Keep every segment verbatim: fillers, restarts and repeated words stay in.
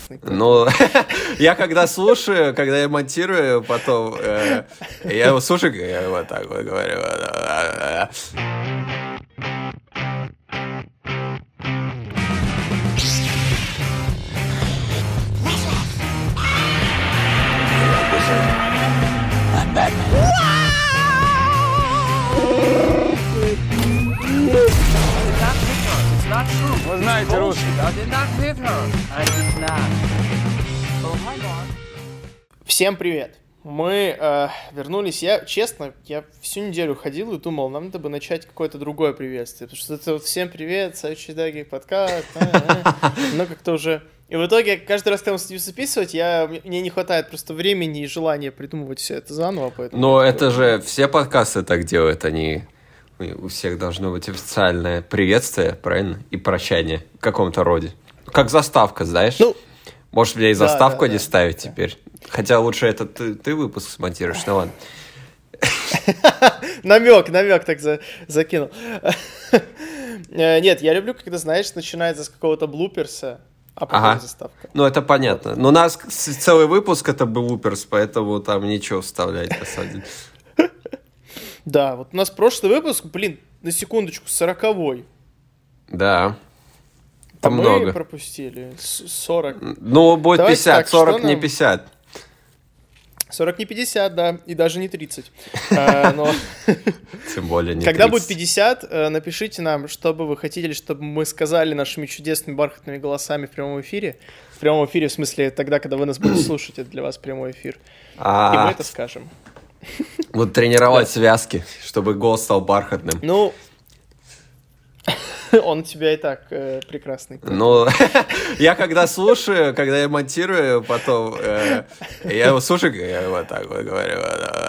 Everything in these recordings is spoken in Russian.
прекрасный. Ну, я когда слушаю, когда я монтирую, потом э, я его слушаю, я вот так вот говорю. I'm Batman. Вы знаете русский, да? Всем привет! Мы э, вернулись. Я, честно, я всю неделю ходил и думал, нам надо бы начать какое-то другое приветствие. Потому что это вот «Всем привет», «Саучидаги», подкаст. Но как-то уже... И в итоге, каждый раз, когда мы садимся записывать, я, мне не хватает просто времени и желания придумывать все это заново. Поэтому Но это же все подкасты так делают, они... У всех должно быть официальное приветствие, правильно? И прощание в каком-то роде. Как заставка, знаешь? Ну, может, мне и заставку да, да, не да, ставить да. теперь? Хотя лучше это ты, ты выпуск смонтируешь, ну ладно. Намек, намек так за, закинул. Нет, я люблю, когда, знаешь, начинается с какого-то блуперса, а потом ага. заставка. Ну, это понятно. Вот. Но у нас целый выпуск это блуперс, поэтому там ничего вставлять, на самом деле. Да, вот у нас прошлый выпуск, блин, на секундочку, сороковой. Да. А мы много. пропустили. сорок. Ну, будет Давайте пятьдесят, так, сорок не пятьдесят. сорок не пятьдесят, да, и даже не тридцать. Тем более не тридцать. Когда будет пятьдесят, напишите нам, что бы вы хотели, чтобы мы сказали нашими чудесными бархатными голосами в прямом эфире. В прямом эфире, в смысле, тогда, когда вы нас будете слушать, это для вас прямой эфир. И мы это скажем. Вот тренировать да. связки, чтобы голос стал бархатным. Ну, он у тебя и так э, прекрасный. Ну, я когда слушаю, когда я монтирую, потом э, я его слушаю, я вот так вот говорю.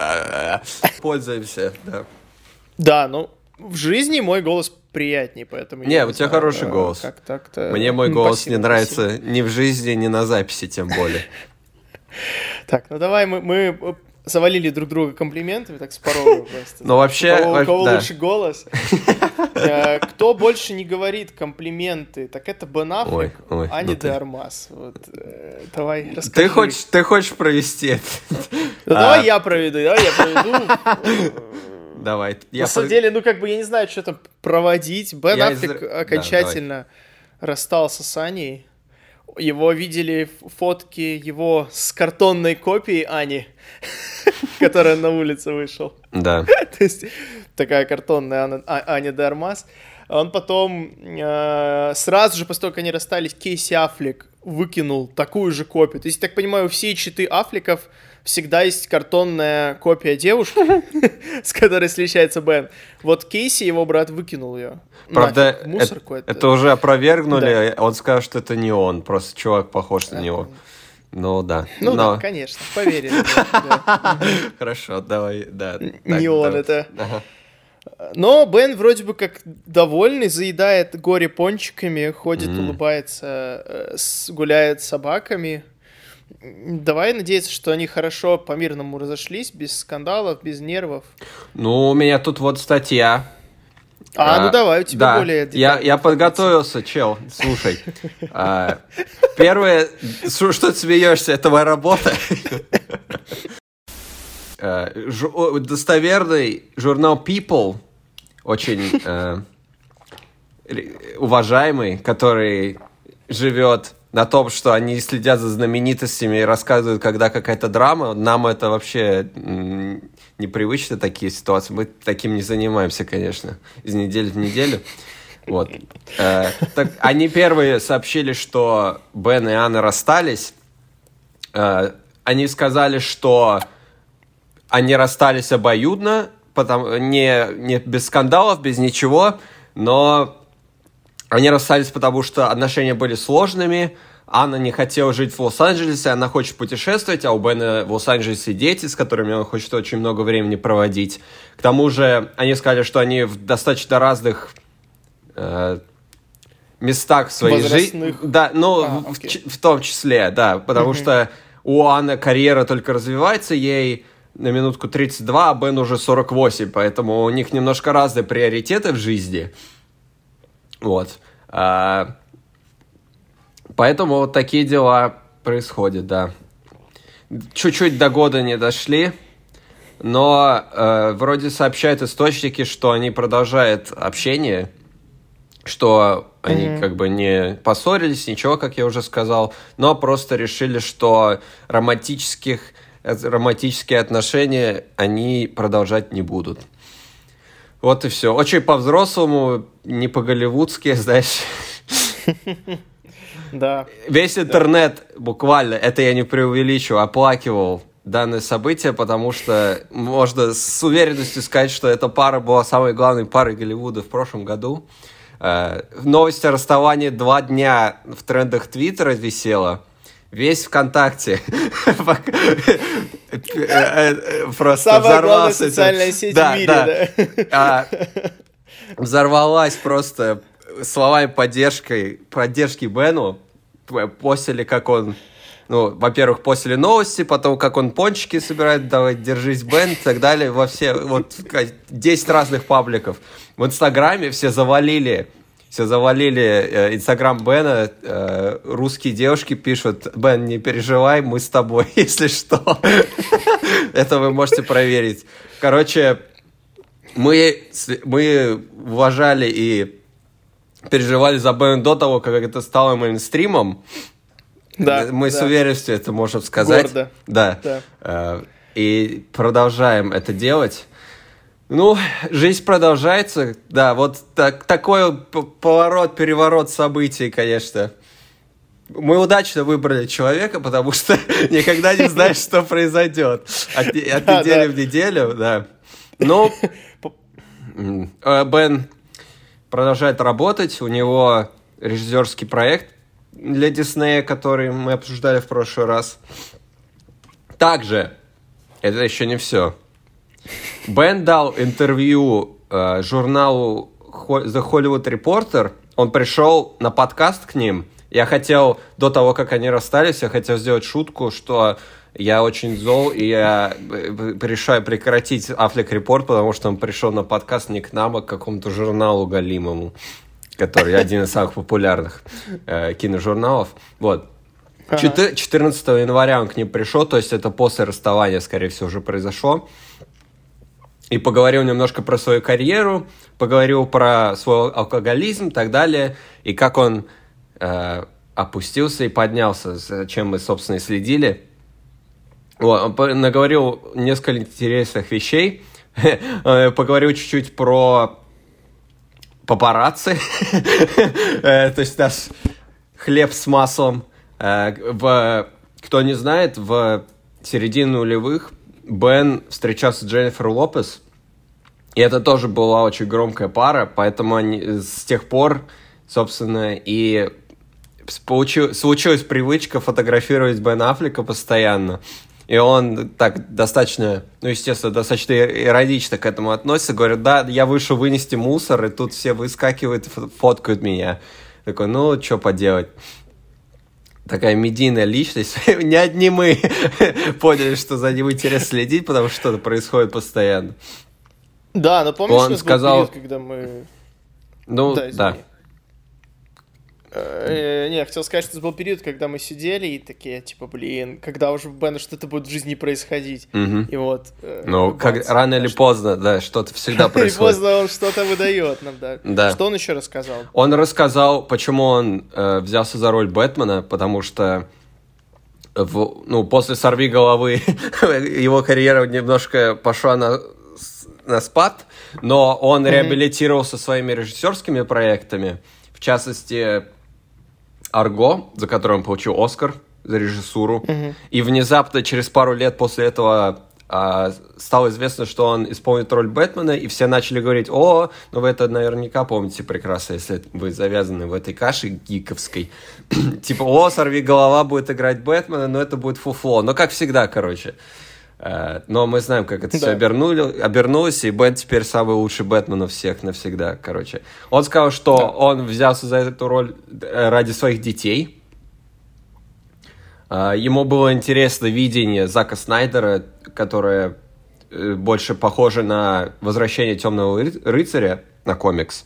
Пользуемся, да. Да, ну, в жизни мой голос приятнее, поэтому... Не, у тебя знаю, хороший голос. Как так-то... Мне мой голос спасибо, не нравится спасибо. ни в жизни, ни на записи, тем более. Так, ну давай мы... мы... завалили друг друга комплиментами, так с порога просто. Ну, вообще... У кого, у кого да. лучше голос. Кто больше не говорит комплименты, так это Бен Аффлек, а не де Армас. Давай, расскажи. Ты хочешь, ты хочешь провести это? Давай я проведу, давай я проведу. Давай. На самом деле, ну, как бы, я не знаю, что там проводить. Бен Аффлек окончательно расстался с Аней. Его видели фотки его с картонной копией Ани, которая на улице вышел. Да. То есть такая картонная Аня де Армас. Он потом э, сразу же, после того, как они расстались, Кейси Аффлек выкинул такую же копию. То есть, я так понимаю, у всей четы Аффлеков всегда есть картонная копия девушки, с которой встречается Бен. Вот Кейси, его брат, выкинул ее. Правда, это, это уже опровергнули. Да. Он сказал, что это не он. Просто чувак похож на него. Ну да. Ну Но... да, конечно, поверили. Хорошо, давай, да. Не он это. Но Бен вроде бы как довольный, заедает горе пончиками, ходит, улыбается, гуляет с собаками. Давай надеяться, что они хорошо по-мирному разошлись, без скандалов, без нервов. Ну, у меня тут вот статья. А, а ну давай, у тебя да, более... Я, я подготовился, чел, слушай. а, первое, что ты смеешься, это моя работа. а, жу, достоверный журнал People, очень а, уважаемый, который живет на том, что они следят за знаменитостями и рассказывают, когда какая-то драма. Нам это вообще м- непривычно, такие ситуации. Мы таким не занимаемся, конечно, из недели в неделю. Вот. Э, так, они первые сообщили, что Бен и Анна расстались. Э, они сказали, что они расстались обоюдно, потому, не, не без скандалов, без ничего, но... Они расстались, потому что отношения были сложными. Анна не хотела жить в Лос-Анджелесе, она хочет путешествовать, а у Бена в Лос-Анджелесе дети, с которыми он хочет очень много времени проводить. К тому же они сказали, что они в достаточно разных э, местах в своей жизни. Да, ну, а, в, в, в том числе, да, потому mm-hmm. что у Анны карьера только развивается, ей на минутку тридцать два, а Бен уже сорок восемь, поэтому у них немножко разные приоритеты в жизни. Вот. А, поэтому вот такие дела. происходит, да. Чуть-чуть до года не дошли, но э, вроде сообщают источники, что они продолжают общение, что они mm-hmm. как бы не поссорились, ничего, как я уже сказал, но просто решили, что романтических, романтические отношения они продолжать не будут. Вот и все. Очень по-взрослому, не по-голливудски, знаешь. Да. Весь интернет буквально, это я не преувеличиваю, оплакивал данное событие, потому что можно с уверенностью сказать, что эта пара была самой главной парой Голливуда в прошлом году. Новость о расставании два дня в трендах Твиттера висела. Весь ВКонтакте просто самая главная социальная сеть в мире, да. Взорвалась просто словами поддержки, поддержки Бену. Постили, как он... Ну, во-первых, постили новости, потом, как он пончики собирает, давай, держись, Бен, и так далее. Во все... Вот десять разных пабликов. В Инстаграме все завалили... Все завалили Инстаграм э, Бена. Э, русские девушки пишут: Бен, не переживай, мы с тобой, если что. Это вы можете проверить. Короче, мы, мы уважали и переживали за Бена до того, как это стало мейнстримом. Да, мы да. с уверенностью это можем сказать. Гордо. Да. Да. Э, и продолжаем это делать. Ну, жизнь продолжается, да, вот так, такой поворот, переворот событий, конечно. Мы удачно выбрали человека, потому что никогда не знаешь, что произойдет. От, от недели в неделю, да. Ну, Бен продолжает работать, у него режиссерский проект для Диснея, который мы обсуждали в прошлый раз. Также, это еще не все. Бен дал интервью э, журналу The Hollywood Reporter. Он пришел на подкаст к ним. Я хотел, до того, как они расстались, я хотел сделать шутку, что я очень зол, и я решаю прекратить Affleck Report, потому что он пришел на подкаст не к нам, а к какому-то журналу галимому, который один из самых популярных э, киножурналов. Вот. четырнадцатого января он к ним пришел, то есть это после расставания, скорее всего, уже произошло. И поговорил немножко про свою карьеру, поговорил про свой алкоголизм и так далее, и как он э, опустился и поднялся, за чем мы, собственно, и следили. Вот, он наговорил несколько интересных вещей, поговорил чуть-чуть про папарацци, то есть наш хлеб с маслом. Кто не знает, в середине нулевых Бен встречался с Дженнифер Лопес, и это тоже была очень громкая пара, поэтому они с тех пор, собственно, и получил, случилась привычка фотографировать Бена Аффлека постоянно. И он так достаточно, ну, естественно, достаточно иронично к этому относится. Говорит: да, я вышел вынести мусор, и тут все выскакивают и фоткают меня. Такой: ну, что поделать. Такая медийная личность. Не одни мы поняли, что за ним интересно следить, потому что что-то происходит постоянно. Да, но помнишь, он сказал... был период, когда мы... Ну, да. да. Э, не, я хотел сказать, что это был период, когда мы сидели и такие, типа, блин, когда уже в Бена что-то будет в жизни происходить. Угу. И вот... Э, ну, как, рано или поздно, да, что-то всегда происходит. Рано или поздно он что-то выдает нам, да. да. Что он еще рассказал? Он рассказал, почему он э, взялся за роль Бэтмена, потому что в, ну, после «Сорви головы» его карьера немножко пошла на, на спад, но он mm-hmm. реабилитировался своими режиссерскими проектами, в частности... «Арго», за который он получил Оскар за режиссуру. Mm-hmm. И внезапно, через пару лет после этого, а, стало известно, что он исполнит роль Бэтмена, и все начали говорить: о, ну вы это наверняка помните прекрасно, если вы завязаны в этой каше гиковской. Типа: о, «Сорви голова» будет играть Бэтмена, но это будет фуфло. Но как всегда, короче. Но мы знаем, как это да. все обернули, обернулось, и Бен теперь самый лучший Бэтмен у всех навсегда, короче. Он сказал, что да. он взялся за эту роль ради своих детей. Ему было интересно видение Зака Снайдера, которое больше похоже на «Возвращение темного рыцаря», на комикс.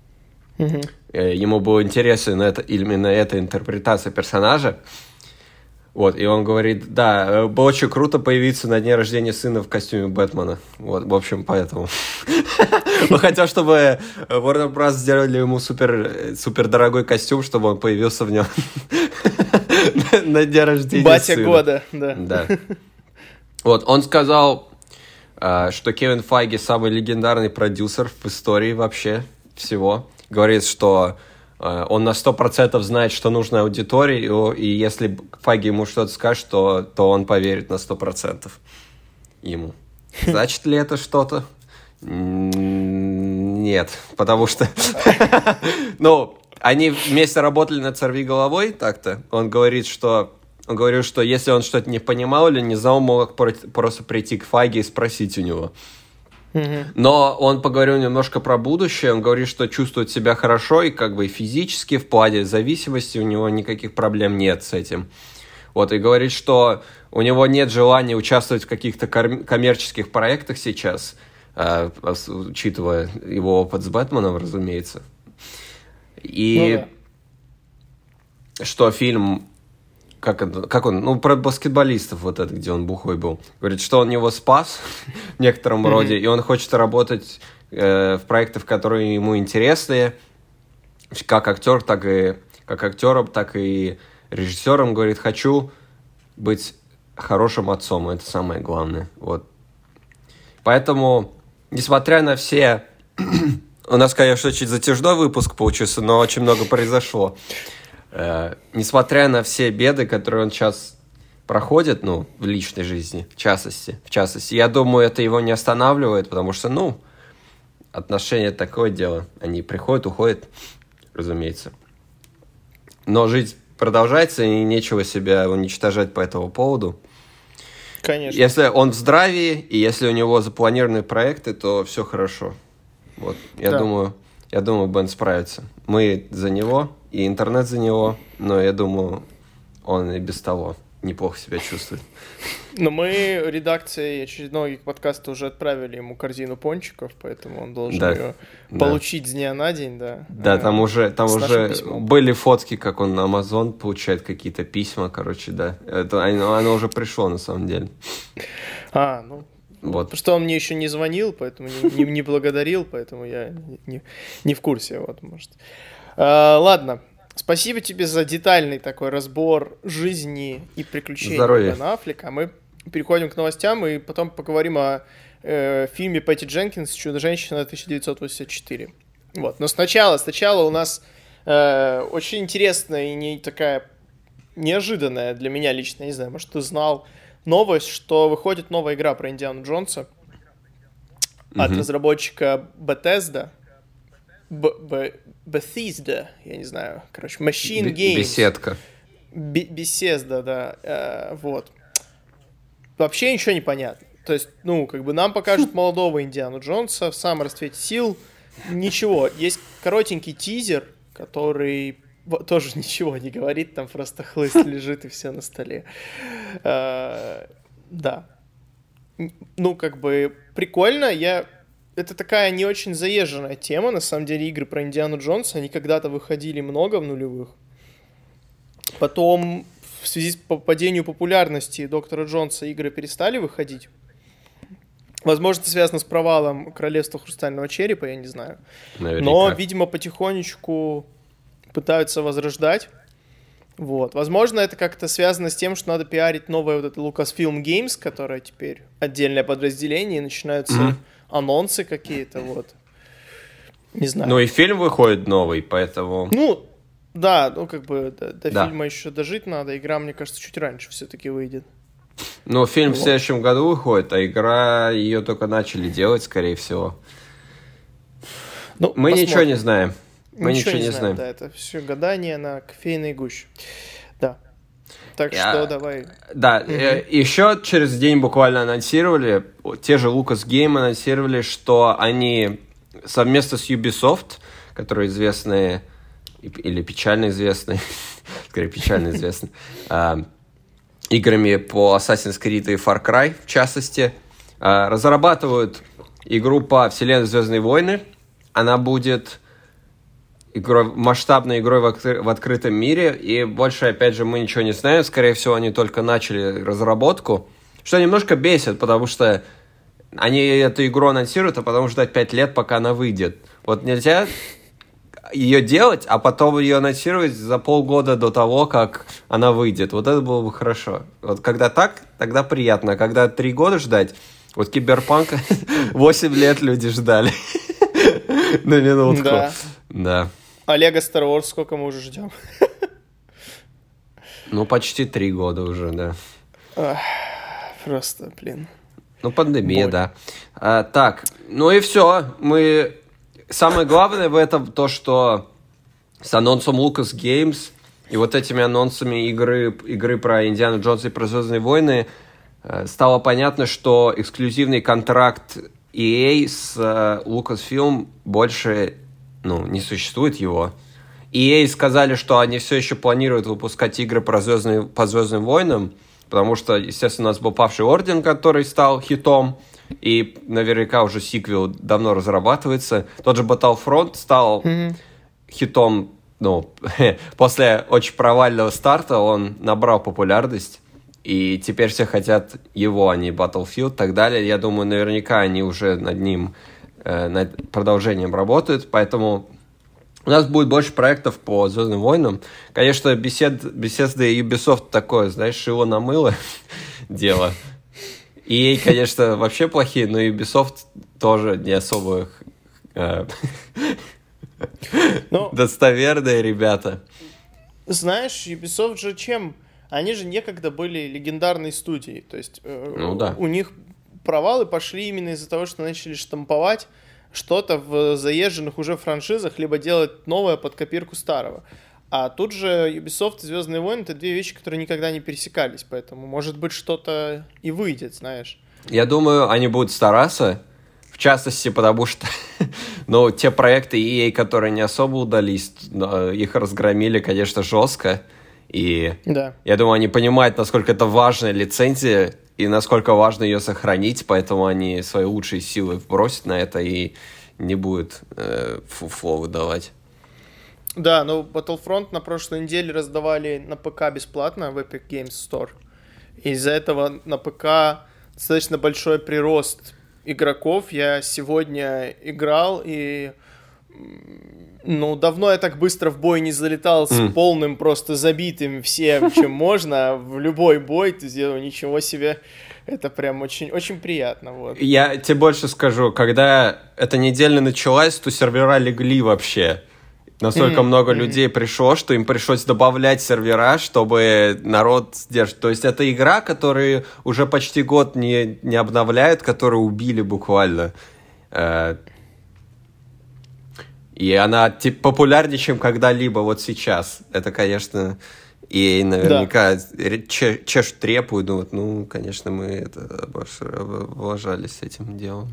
Угу. Ему было интересно это, именно эта интерпретация персонажа. Вот, и он говорит, да, было очень круто появиться на дне рождения сына в костюме Бэтмена. Вот, в общем, поэтому. Он хотел, чтобы Warner Bros. Сделали ему супер, супер дорогой костюм, чтобы он появился в нем на дне рождения Батя сына. года, да. Да. Вот, он сказал, что Кевин Файги самый легендарный продюсер в истории вообще всего. Говорит, что он на сто процентов знает, что нужно аудитории, и если Файги ему что-то скажет, то, то он поверит на сто процентов ему. Значит ли это что-то? Нет, потому что... Ну, они вместе работали над «Сорви головой», так-то. Он говорит, что... Он говорил, что если он что-то не понимал или не знал, мог просто прийти к Файге и спросить у него. Mm-hmm. Но он поговорил немножко про будущее. Он говорит, что чувствует себя хорошо и как бы и физически, в плане зависимости у него никаких проблем нет с этим. Вот, и говорит, что у него нет желания участвовать в каких-то коммерческих проектах сейчас, э, учитывая его опыт с Бэтменом, разумеется. И ну, да. Что фильм... Как, это, как он, ну, про баскетболистов вот это, где он бухой был. Говорит, что он его спас в некотором mm-hmm. роде, и он хочет работать э, в проектах, которые ему интересны, как актер, так и как актером, так и режиссером. Говорит, хочу быть хорошим отцом, это самое главное. Вот. Поэтому, несмотря на все... У нас, конечно, очень затяжной выпуск получился, но очень много произошло. Uh, несмотря на все беды, которые он сейчас проходит, ну, в личной жизни, в частности, в частности, я думаю, это его не останавливает, потому что, ну, отношения такое дело. Они приходят, уходят, разумеется. Но жизнь продолжается, и нечего себя уничтожать по этому поводу. Конечно. Если он в здравии, и если у него запланированы проекты, то все хорошо. Вот, я да. думаю, я думаю, Бен справится. Мы за него, и интернет за него, но я думаю, он и без того неплохо себя чувствует. Но мы редакцией очередного подкаста уже отправили ему корзину пончиков, поэтому он должен да, ее да. получить с дня на день, да. Да, там уже, там уже были фотки, как он на Amazon получает какие-то письма, короче, да. Это, оно, оно уже пришло, на самом деле. А, ну... Вот. Потому что он мне еще не звонил, поэтому не, не, не благодарил, поэтому я не, не в курсе, вот, может. А, ладно, спасибо тебе за детальный такой разбор жизни и приключений Бена Аффлека. Мы переходим к новостям и потом поговорим о э, фильме Пэтти Дженкинс «Чудо-женщина» тысяча девятьсот восемьдесят четыре. Вот. Но сначала, сначала у нас э, очень интересная и не такая неожиданная для меня лично, не знаю, может, ты знал, новость, что выходит новая игра про Индиану Джонса mm-hmm. от разработчика Bethesda. Б- Б- Bethesda, я не знаю, короче, Machine Games. Беседка. Б- Bethesda, да, э, вот. Вообще ничего не понятно. То есть, ну, как бы нам покажут молодого Индиану Джонса в самом расцвете сил. Ничего. Есть коротенький тизер, который... тоже ничего не говорит, там просто хлыст лежит и все на столе. А, да. Ну, как бы прикольно. Я... Это такая не очень заезженная тема. На самом деле игры про Индиану Джонса, они когда-то выходили много в нулевых. Потом в связи с падением популярности Доктора Джонса игры перестали выходить. Возможно, это связано с провалом Королевства Хрустального Черепа, я не знаю. Наверняка. Но, видимо, потихонечку... пытаются возрождать. Вот. Возможно, это как-то связано с тем, что надо пиарить новое вот это Lucasfilm Games, которое теперь отдельное подразделение, и начинаются mm-hmm. анонсы какие-то, вот. Не знаю. Ну и фильм выходит новый, поэтому... Ну, да, ну как бы до, до да. фильма еще дожить надо. Игра, мне кажется, чуть раньше все-таки выйдет. Ну, фильм вот. В следующем году выходит, а игра, ее только начали делать, скорее всего. Ну, Мы посмотрим. Ничего не знаем. Мы ничего, ничего не знаем, знаем. Да, это все гадание на кофейной гуще. Да. Так Я... что давай. Да, mm-hmm. еще через день буквально анонсировали, те же Lucas Game анонсировали, что они совместно с Ubisoft, которые известные, или печально известные, скорее печально известные, играми по Assassin's Creed и Far Cry, в частности, разрабатывают игру по вселенной Звездные войны. Она будет... игрой, масштабной игрой в, откры- в открытом мире, и больше, опять же, мы ничего не знаем, скорее всего, они только начали разработку, что немножко бесит, потому что они эту игру анонсируют, а потом ждать пять лет, пока она выйдет. Вот нельзя ее делать, а потом ее анонсировать за полгода до того, как она выйдет. Вот это было бы хорошо. Вот когда так, тогда приятно. А когда три года ждать, вот Киберпанк восемь лет люди ждали. На минутку. Да. Да. А Лего Star Wars сколько мы уже ждем? Ну, почти три года уже, да. Ах, просто, блин. Ну, пандемия, Боль. да. А, так, ну и все. Мы... Самое главное в этом то, что с анонсом Lucas Games и вот этими анонсами игры, игры про Индиану Джонса и про Звездные войны э, стало понятно, что эксклюзивный контракт и эй с э, Lucasfilm больше, ну, не существует его. и эй сказали, что они все еще планируют выпускать игры про Звездные, по Звездным войнам, потому что, естественно, у нас был Павший Орден, который стал хитом, и наверняка уже сиквел давно разрабатывается. Тот же Battlefront стал mm-hmm. хитом, ну, после очень провального старта он набрал популярность, и теперь все хотят его, а не Battlefield и так далее. Я думаю, наверняка они уже над ним, э, над продолжением работают, поэтому у нас будет больше проектов по Звездным войнам. Конечно, бесед, Bethesda и Ubisoft такое, знаешь, шило на мыло дело. и эй, конечно, вообще плохие, но Ubisoft тоже не особо э, ну, достоверные ребята. Знаешь, Ubisoft же чем? Они же некогда были легендарной студией. То есть э, ну, да. у них провалы пошли именно из-за того, что начали штамповать что-то в заезженных уже франшизах, либо делать новое под копирку старого. А тут же Ubisoft и Звездные войны — это две вещи, которые никогда не пересекались, поэтому, может быть, что-то и выйдет, знаешь. Я думаю, они будут стараться, в частности, потому что ну, те проекты и эй, которые не особо удались, их разгромили, конечно, жестко, и да. я думаю, они понимают, насколько это важная лицензия, и насколько важно ее сохранить, поэтому они свои лучшие силы вбросят на это и не будут э, фуфло выдавать. Да, но Battlefront на прошлой неделе раздавали на ПК бесплатно в Epic Games Store. Из-за этого на ПК достаточно большой прирост игроков. Я сегодня играл, и ну, давно я так быстро в бой не залетал с mm. полным просто забитым всем, чем можно, в любой бой. Ты сделал ничего себе. Это прям очень, очень приятно. Вот. Я тебе больше скажу, когда эта неделя началась, то сервера легли вообще. Настолько mm-hmm. много mm-hmm. людей пришло, что им пришлось добавлять сервера, чтобы народ сдержать. То есть это игра, которую уже почти год не, не обновляют, которую убили буквально. И она типа, популярнее, чем когда-либо вот сейчас. Это, конечно, и наверняка да. че- чешут трепу и думают, ну, конечно, мы это облажались с этим делом.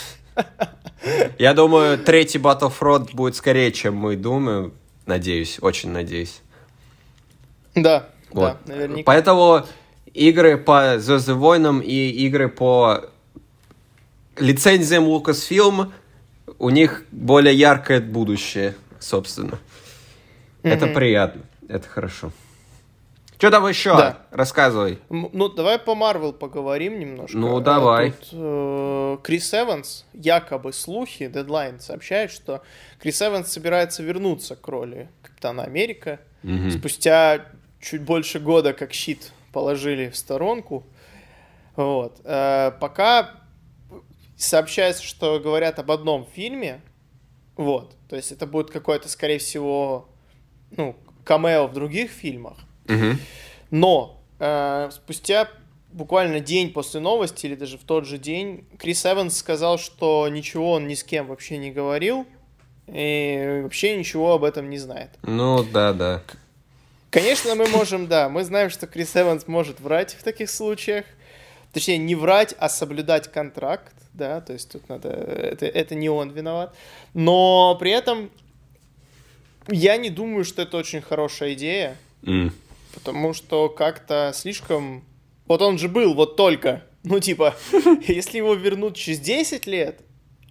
Я думаю, третий Battlefront будет скорее, чем мы думаем. Надеюсь, очень надеюсь. Да, вот. да, наверняка. Поэтому игры по Звездным войнам и игры по лицензиям Lucasfilm, у них более яркое будущее, собственно. Mm-hmm. Это приятно, это хорошо. Что там еще? Да. Рассказывай. Ну, давай по Marvel поговорим немножко. Ну, давай. Тут э, Крис Эванс, якобы слухи, Deadline сообщает, что Крис Эванс собирается вернуться к роли Капитана Америка. Mm-hmm. Спустя чуть больше года, как щит положили в сторонку. Вот. Э, пока сообщается, что говорят об одном фильме. Вот. То есть это будет какое-то, скорее всего, ну, камео в других фильмах. Uh-huh. Но э, спустя буквально день после новости, или даже в тот же день, Крис Эванс сказал, что ничего он ни с кем вообще не говорил и вообще ничего об этом не знает. Ну, да-да. Конечно, мы можем, да, мы знаем, что Крис Эванс может врать в таких случаях. Точнее, не врать, а соблюдать контракт, да, то есть тут надо, это, это не он виноват. Но при этом я не думаю, что это очень хорошая идея. Mm. Потому что как-то слишком... Вот он же был вот только. Ну, типа, если его вернут через десять лет,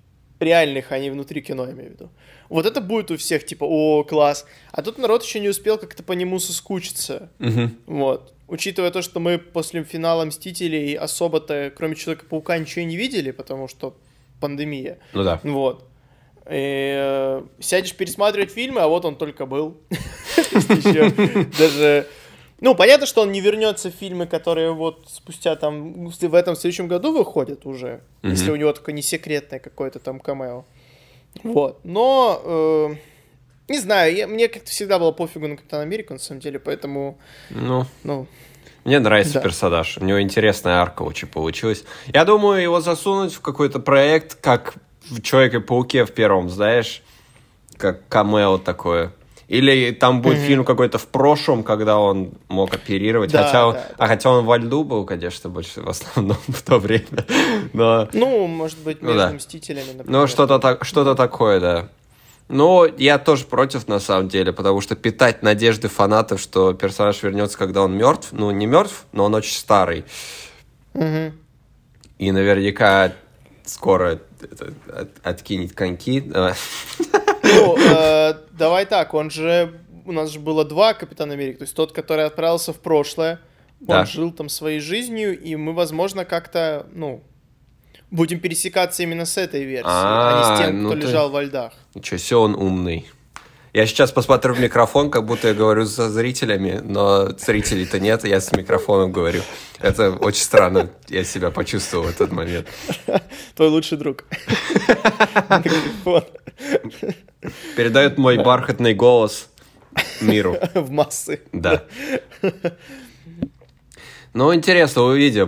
реальных, а не внутри кино, я имею в виду. Вот это будет у всех, типа, о, класс. А тут народ еще не успел как-то по нему соскучиться. Угу. Вот. Учитывая то, что мы после финала «Мстителей» особо-то, кроме «Человека-паука», ничего не видели, потому что пандемия. Ну да. Вот. И, э, сядешь пересматривать фильмы, а вот он только был. Даже... Ну, понятно, что он не вернется в фильмы, которые вот спустя там, в этом следующем году выходят уже, mm-hmm. если у него только не секретное какое-то там камео. Вот. Но, э, не знаю, я, мне как-то всегда было пофигу на Капитана Америку, на самом деле, поэтому... Ну, ну мне нравится да. персонаж, у него интересная арка очень получилась. Я думаю, его засунуть в какой-то проект, как в Человеке-пауке в первом, знаешь, как камео такое. Или там будет mm-hmm. фильм какой-то в прошлом, когда он мог оперировать. Да, хотя, он, да, да. А хотя он во льду был, конечно, больше в основном в то время. Но... Ну, может быть, между ну, да. «Мстителями», например. Ну, что-то, так, что-то такое, да. Но я тоже против, на самом деле, потому что питать надежды фанатов, что персонаж вернется, когда он мертв. Ну, не мертв, но он очень старый. Mm-hmm. И наверняка скоро это, от, откинет коньки. Ну, э, давай так, он же, у нас же было два Капитана Америки, то есть тот, который отправился в прошлое, да. он жил там своей жизнью, и мы, возможно, как-то, ну, будем пересекаться именно с этой версией, а, а не с тем, ну кто ты... лежал во льдах. Ничего себе, он умный. Я сейчас посмотрю в микрофон, как будто я говорю со зрителями, но зрителей-то нет, я с микрофоном говорю. Это очень странно, я себя почувствовал в этот момент. Твой лучший друг. Передает мой бархатный голос миру. В массы. Да. Ну, интересно, увидим.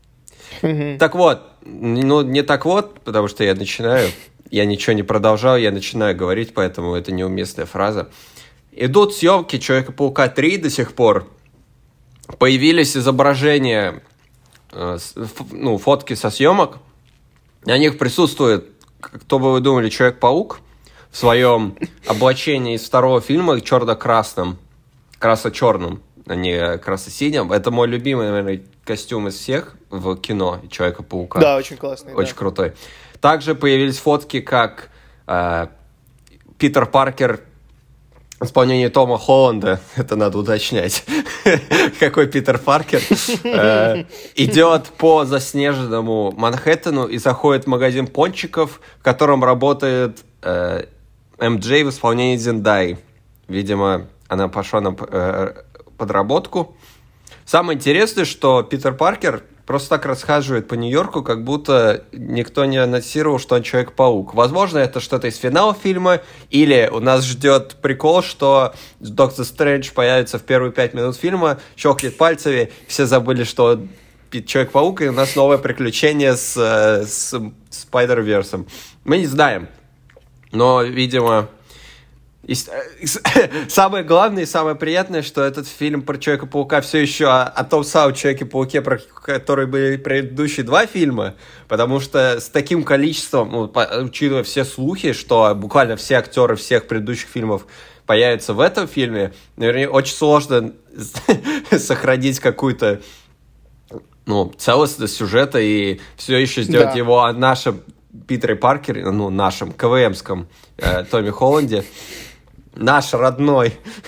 Так вот, ну, не так вот, потому что я начинаю... Я ничего не продолжал, я начинаю говорить, поэтому это неуместная фраза. Идут съемки Человека-паука три до сих пор. Появились изображения, э, ну, фотки со съемок. На них присутствует, кто бы вы думали, Человек-паук в своем облачении из второго фильма, черно-красном, красно-черном, а не красно-синем. Это мой любимый, наверное, костюм из всех в кино Человека-паука. Да, очень классный. Очень да. крутой. Также появились фотки, как э, Питер Паркер в исполнении Тома Холланда, это надо уточнять, какой Питер Паркер, э, идет по заснеженному Манхэттену и заходит в магазин пончиков, в котором работает э, эм джей в исполнении Зендаи. Видимо, она пошла на э, подработку. Самое интересное, что Питер Паркер просто так расхаживает по Нью-Йорку, как будто никто не анонсировал, что он Человек-паук. Возможно, это что-то из финала фильма, или у нас ждет прикол, что Доктор Стрэндж появится в первые пять минут фильма, щелкнет пальцами, все забыли, что он Человек-паук, и у нас новое приключение с, с Спайдер-версом. Мы не знаем, но, видимо... И самое главное и самое приятное, что этот фильм про Человека-паука все еще о, о том самом Человеке-пауке, про который были предыдущие два фильма, потому что с таким количеством, ну, учитывая все слухи, что буквально все актеры всех предыдущих фильмов появятся в этом фильме, наверное, очень сложно сохранить какую-то, ну, целостность сюжета и все еще сделать да. его о нашем Питере Паркере, ну, нашем КВМском э, Томе Холланде. Наш родной.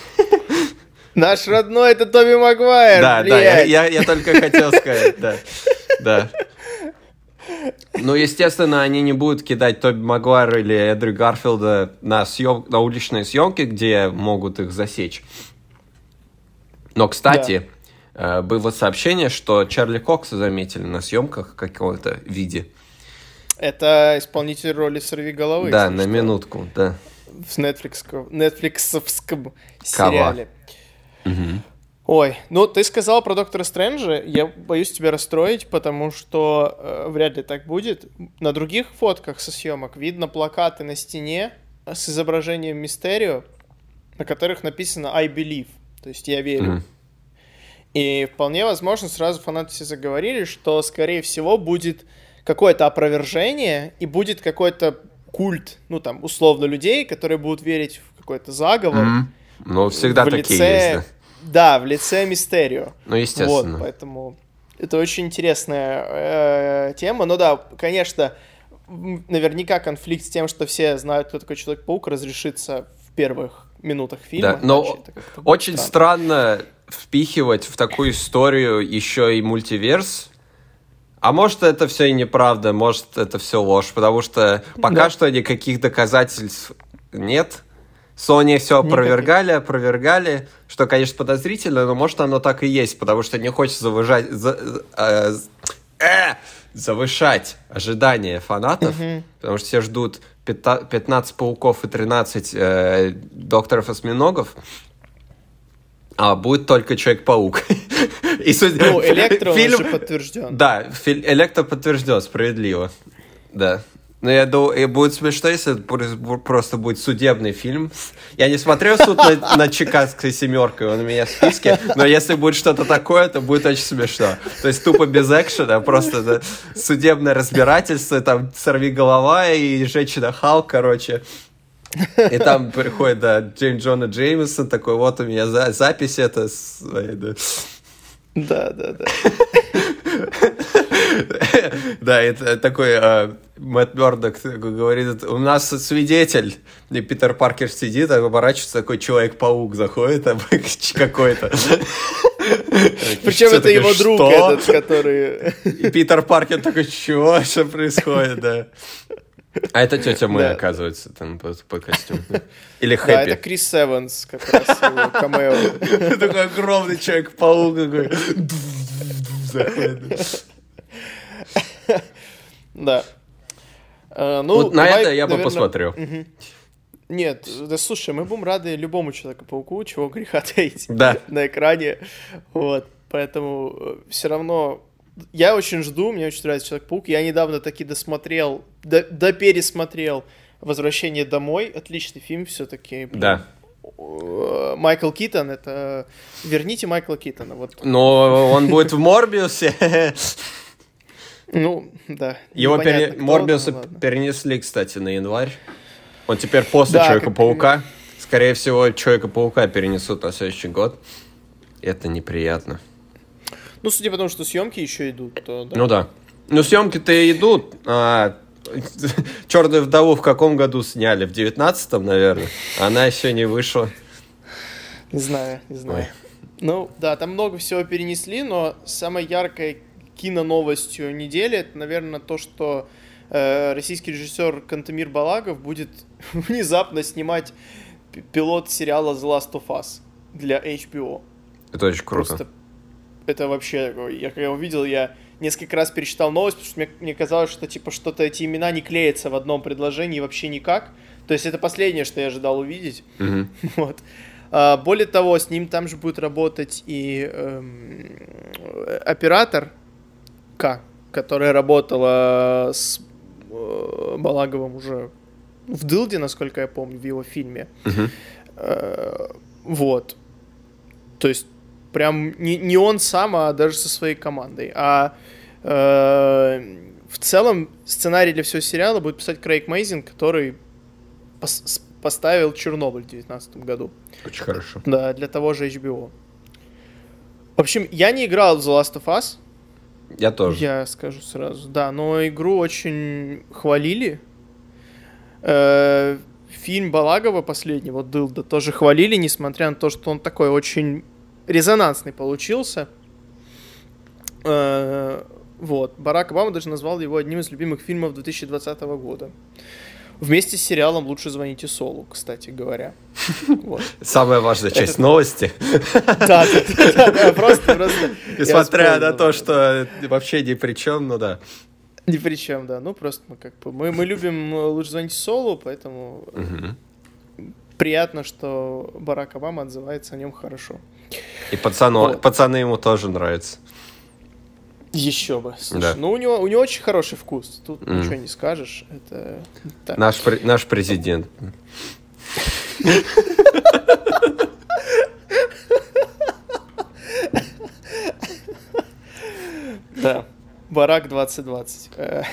Наш родной — это Тоби Магуайр, Да, блядь. да, я, я, я только хотел сказать, да. Да. Ну, естественно, они не будут кидать Тоби Магуайра или Эндрю Гарфилда на, съем... на уличные съемки, где могут их засечь. Но, кстати, да. э, было сообщение, что Чарли Кокса заметили на съемках в каком-то виде. Это исполнитель роли «Сорвиголовы». Да, на что. минутку, да. В нетфликсовском сериале. Угу. Ой, ну ты сказал про Доктора Стрэнджа, я боюсь тебя расстроить, потому что э, вряд ли так будет. На других фотках со съемок видно плакаты на стене с изображением Мистерио, на которых написано «I believe», то есть «я верю». Угу. И вполне возможно, сразу фанаты все заговорили, что, скорее всего, будет какое-то опровержение и будет какой-то культ, ну, там, условно, людей, которые будут верить в какой-то заговор. Mm-hmm. Ну, всегда в такие лице, есть, да? да. в лице Мистерио. Ну, естественно. Вот, поэтому это очень интересная э, тема. Ну да, конечно, наверняка конфликт с тем, что все знают, кто такой Человек-паук, разрешится в первых минутах фильма. Да, но очень странно. странно впихивать в такую историю еще и мультиверс. А может, это все и неправда, может, это все ложь, потому что пока да. что никаких доказательств нет. Sony все опровергали, опровергали, что, конечно, подозрительно, но может оно так и есть, потому что не хочется завышать, за, э, э, завышать ожидания фанатов, угу. потому что все ждут пятнадцать пауков и тринадцать э, докторов осьминогов, а будет только Человек-паук. И суд... Ну, Электро фильм... уже подтвержден. Да, фи... Электро подтвержден, справедливо. Да. Но я думаю, будет смешно, если просто будет судебный фильм. Я не смотрел «Суд над, над Чикагской семеркой», он у меня в списке, но если будет что-то такое, то будет очень смешно. То есть тупо без экшена, просто да, судебное разбирательство, там «Сорвиголова» и «Женщина Халк», короче. И там приходит, да, Джеймс Джона Джеймисон, такой, вот у меня за- запись это. Да, да, да. Да, да это такой э, Мэтт Мёрдок говорит, у нас свидетель, и Питер Паркер сидит, а оборачивается, такой Человек-паук заходит, там какой-то. Причем это его друг этот, который... И Питер Паркер такой, чего, что происходит, да. А это тетя Мэй, да. оказывается, там по, по костюму. Или Хэппи. Да, это Крис Эванс, как раз его камео. Такой огромный Человек-паук такой. Заходит. Да. Вот на это я бы посмотрел. Нет, да слушай, мы будем рады любому Человеку-пауку, чего греха таить да. на экране. Вот, поэтому все равно... Я очень жду, мне очень нравится Человек-паук. Я недавно таки досмотрел, до, допересмотрел «Возвращение домой». Отличный фильм все-таки. Да. Майкл Китон, это... Верните Майкла Китона. Вот. Но он будет в Морбиусе. Ну, да. Его пере... Морбиуса ну, перенесли, кстати, на январь. Он теперь после да, Человека-паука. Как... Скорее всего, Человека-паука перенесут на следующий год. Это неприятно. Ну, судя по тому, что съемки еще идут, то да. Ну да. Ну, съемки-то идут. А, «Черную вдову» в каком году сняли? В девятнадцатом, наверное. Она еще не вышла. Не знаю, не знаю. Ой. Ну, да, там много всего перенесли, но самой яркой киноновостью недели это, наверное, то, что э, российский режиссер Кантемир Балагов будет внезапно снимать пилот сериала The Last of Us для эйч би о. Это очень круто. Просто это вообще, я когда увидел, я несколько раз перечитал новость, потому что мне, мне казалось, что типа что-то эти имена не клеятся в одном предложении вообще никак. То есть это последнее, что я ожидал увидеть. Mm-hmm. Вот. А, более того, с ним там же будет работать и эм, оператор К, которая работала с э, Балаговым уже в «Дылде», насколько я помню, в его фильме. Mm-hmm. Э, вот. То есть прям не, не он сам, а даже со своей командой. А э, в целом сценарий для всего сериала будет писать Крейг Мейзин, который пос- поставил «Чернобыль» в девятнадцатом году. Очень хорошо. Да, для того же эйч би о. В общем, я не играл в The Last of Us. Я тоже. Я скажу сразу, да, но игру очень хвалили. Э, фильм Балагова последний, вот «Дылда», тоже хвалили, несмотря на то, что он такой очень резонансный получился. Э, вот. Барак Обама даже назвал его одним из любимых фильмов две тысячи двадцатого года. Вместе с сериалом «Лучше звоните Солу», кстати говоря. Самая важная часть новости. Да, да, да, просто, просто. Несмотря на то, что вообще ни при чем, ну да. Ни при чем, да. Ну, просто мы как бы... Мы, мы любим «Лучше звоните Солу», поэтому угу. приятно, что Барак Обама отзывается о нем хорошо. И пацану, вот. Пацаны ему тоже нравятся. Еще бы. Слушай, да. Ну, у него, у него очень хороший вкус. Тут mm. ничего не скажешь. Это... Наш, наш президент. Да. Барак двадцать двадцать.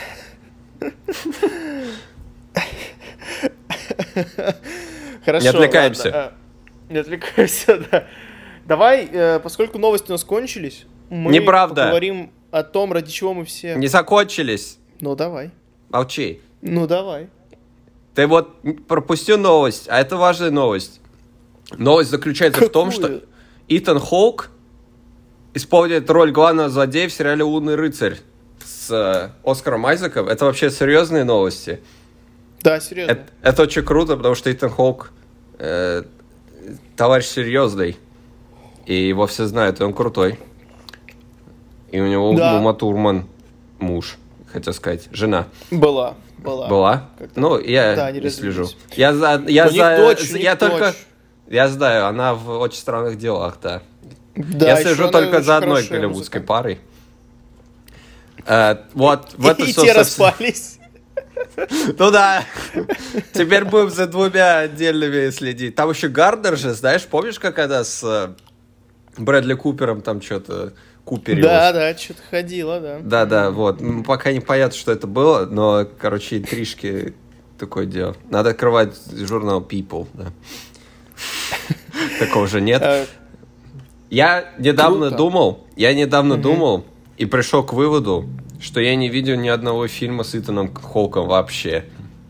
Хорошо. Не отвлекаемся. Не отвлекаемся, да. Давай, поскольку новости у нас кончились, мы Неправда. поговорим о том, ради чего мы все... Не закончились. Ну, давай. молчи. Ну, давай. Ты вот пропустил новость, а это важная новость. Новость заключается Какую? в том, что Итан Хоук исполняет роль главного злодея в сериале «Лунный рыцарь» с э, Оскаром Айзеком. Это вообще серьезные новости. Да, серьезно. Это, это очень круто, потому что Итан Хоук э, товарищ серьезный. И его все знают, и он крутой. И у него да. Ума Турман муж, хотел сказать, жена. Была. Была. Была? Как-то. Ну, я да, не слежу. развелись. Я за... Я у за... них дочь, у я них только... дочь. Я знаю, она в очень странных делах, да. Да, я слежу только за одной голливудской парой. Uh, вот, в это и все те совсем... распались. Ну да. Теперь будем за двумя отдельными следить. Там еще Гарднер же, знаешь, помнишь, как она с Брэдли Купером там что-то куперилась? Да, да, что-то ходила, да. Да, да, вот. Пока не понятно, что это было, но, короче, интрижки такое дело. Надо открывать журнал People, да. Такого же нет. Я недавно Круто. думал, я недавно Угу. думал и пришел к выводу, что я не видел ни одного фильма с Итаном Хоуком вообще.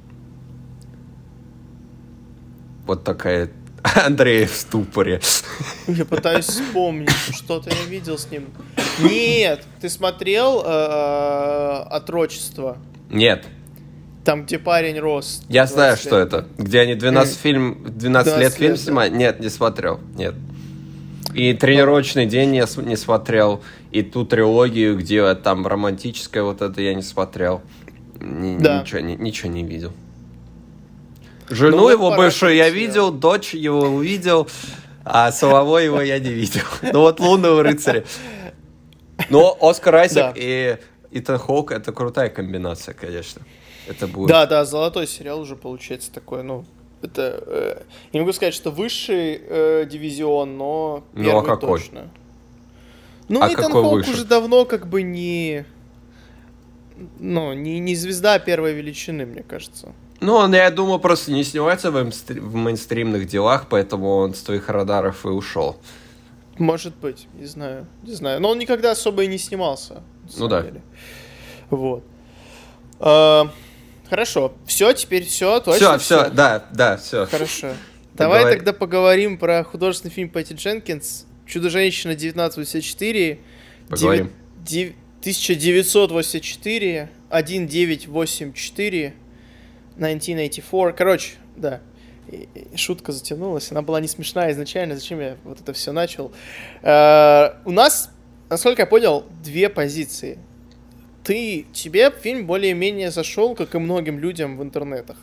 Вот такая... Андрей в ступоре. Я пытаюсь вспомнить, что-то я видел с ним. Нет, ты смотрел э, «Отрочество»? Нет. Там, где парень рос. Я знаю, что это. Где они двенадцать, фильм, двенадцать лет фильм лет, да. снимают? Нет, не смотрел. Нет. И «Тренировочный день» я не смотрел. И ту трилогию, где там романтическая вот это, я не смотрел. Ни, Да. Ничего, ни, ничего не видел. Жену Ну, вот его пора бывшую я перейти, видел, дочь его увидел, а самого его я не видел. Ну вот «Лунного рыцаря». Но Оскар Айзек Да. и Итан Хоук — это крутая комбинация, конечно. Это будет... Да, да, золотой сериал уже получается такой, ну, это, э, не могу сказать, что высший э, дивизион, но Ну, первый а какой? точно. Ну, А Итан какой Хоук выше? уже давно как бы не, ну, не, не звезда первой величины, мне кажется. Ну, он, я думаю, просто не снимается в, мейнстри- в мейнстримных делах, поэтому он с твоих радаров и ушел. Может быть, не знаю, не знаю. Но он никогда особо и не снимался. на Ну самом да. деле. Вот. А, хорошо. Все, теперь все, точно. Все, все, да, да, все. Хорошо. Давай Поговори. тогда поговорим про художественный фильм Пэтти Дженкинс «Чудо-женщина девятнадцать восемьдесят четыре». Поговорим. Дев- тысяча девятьсот восемьдесят четыре, тысяча девятьсот восемьдесят четыре, тысяча девятьсот восемьдесят четыре. Короче, да. И- и шутка затянулась. Она была не смешная изначально. Зачем я вот это все начал? Э, у нас, насколько я понял, две позиции. Ты, тебе фильм более-менее зашел, как и многим людям в интернетах.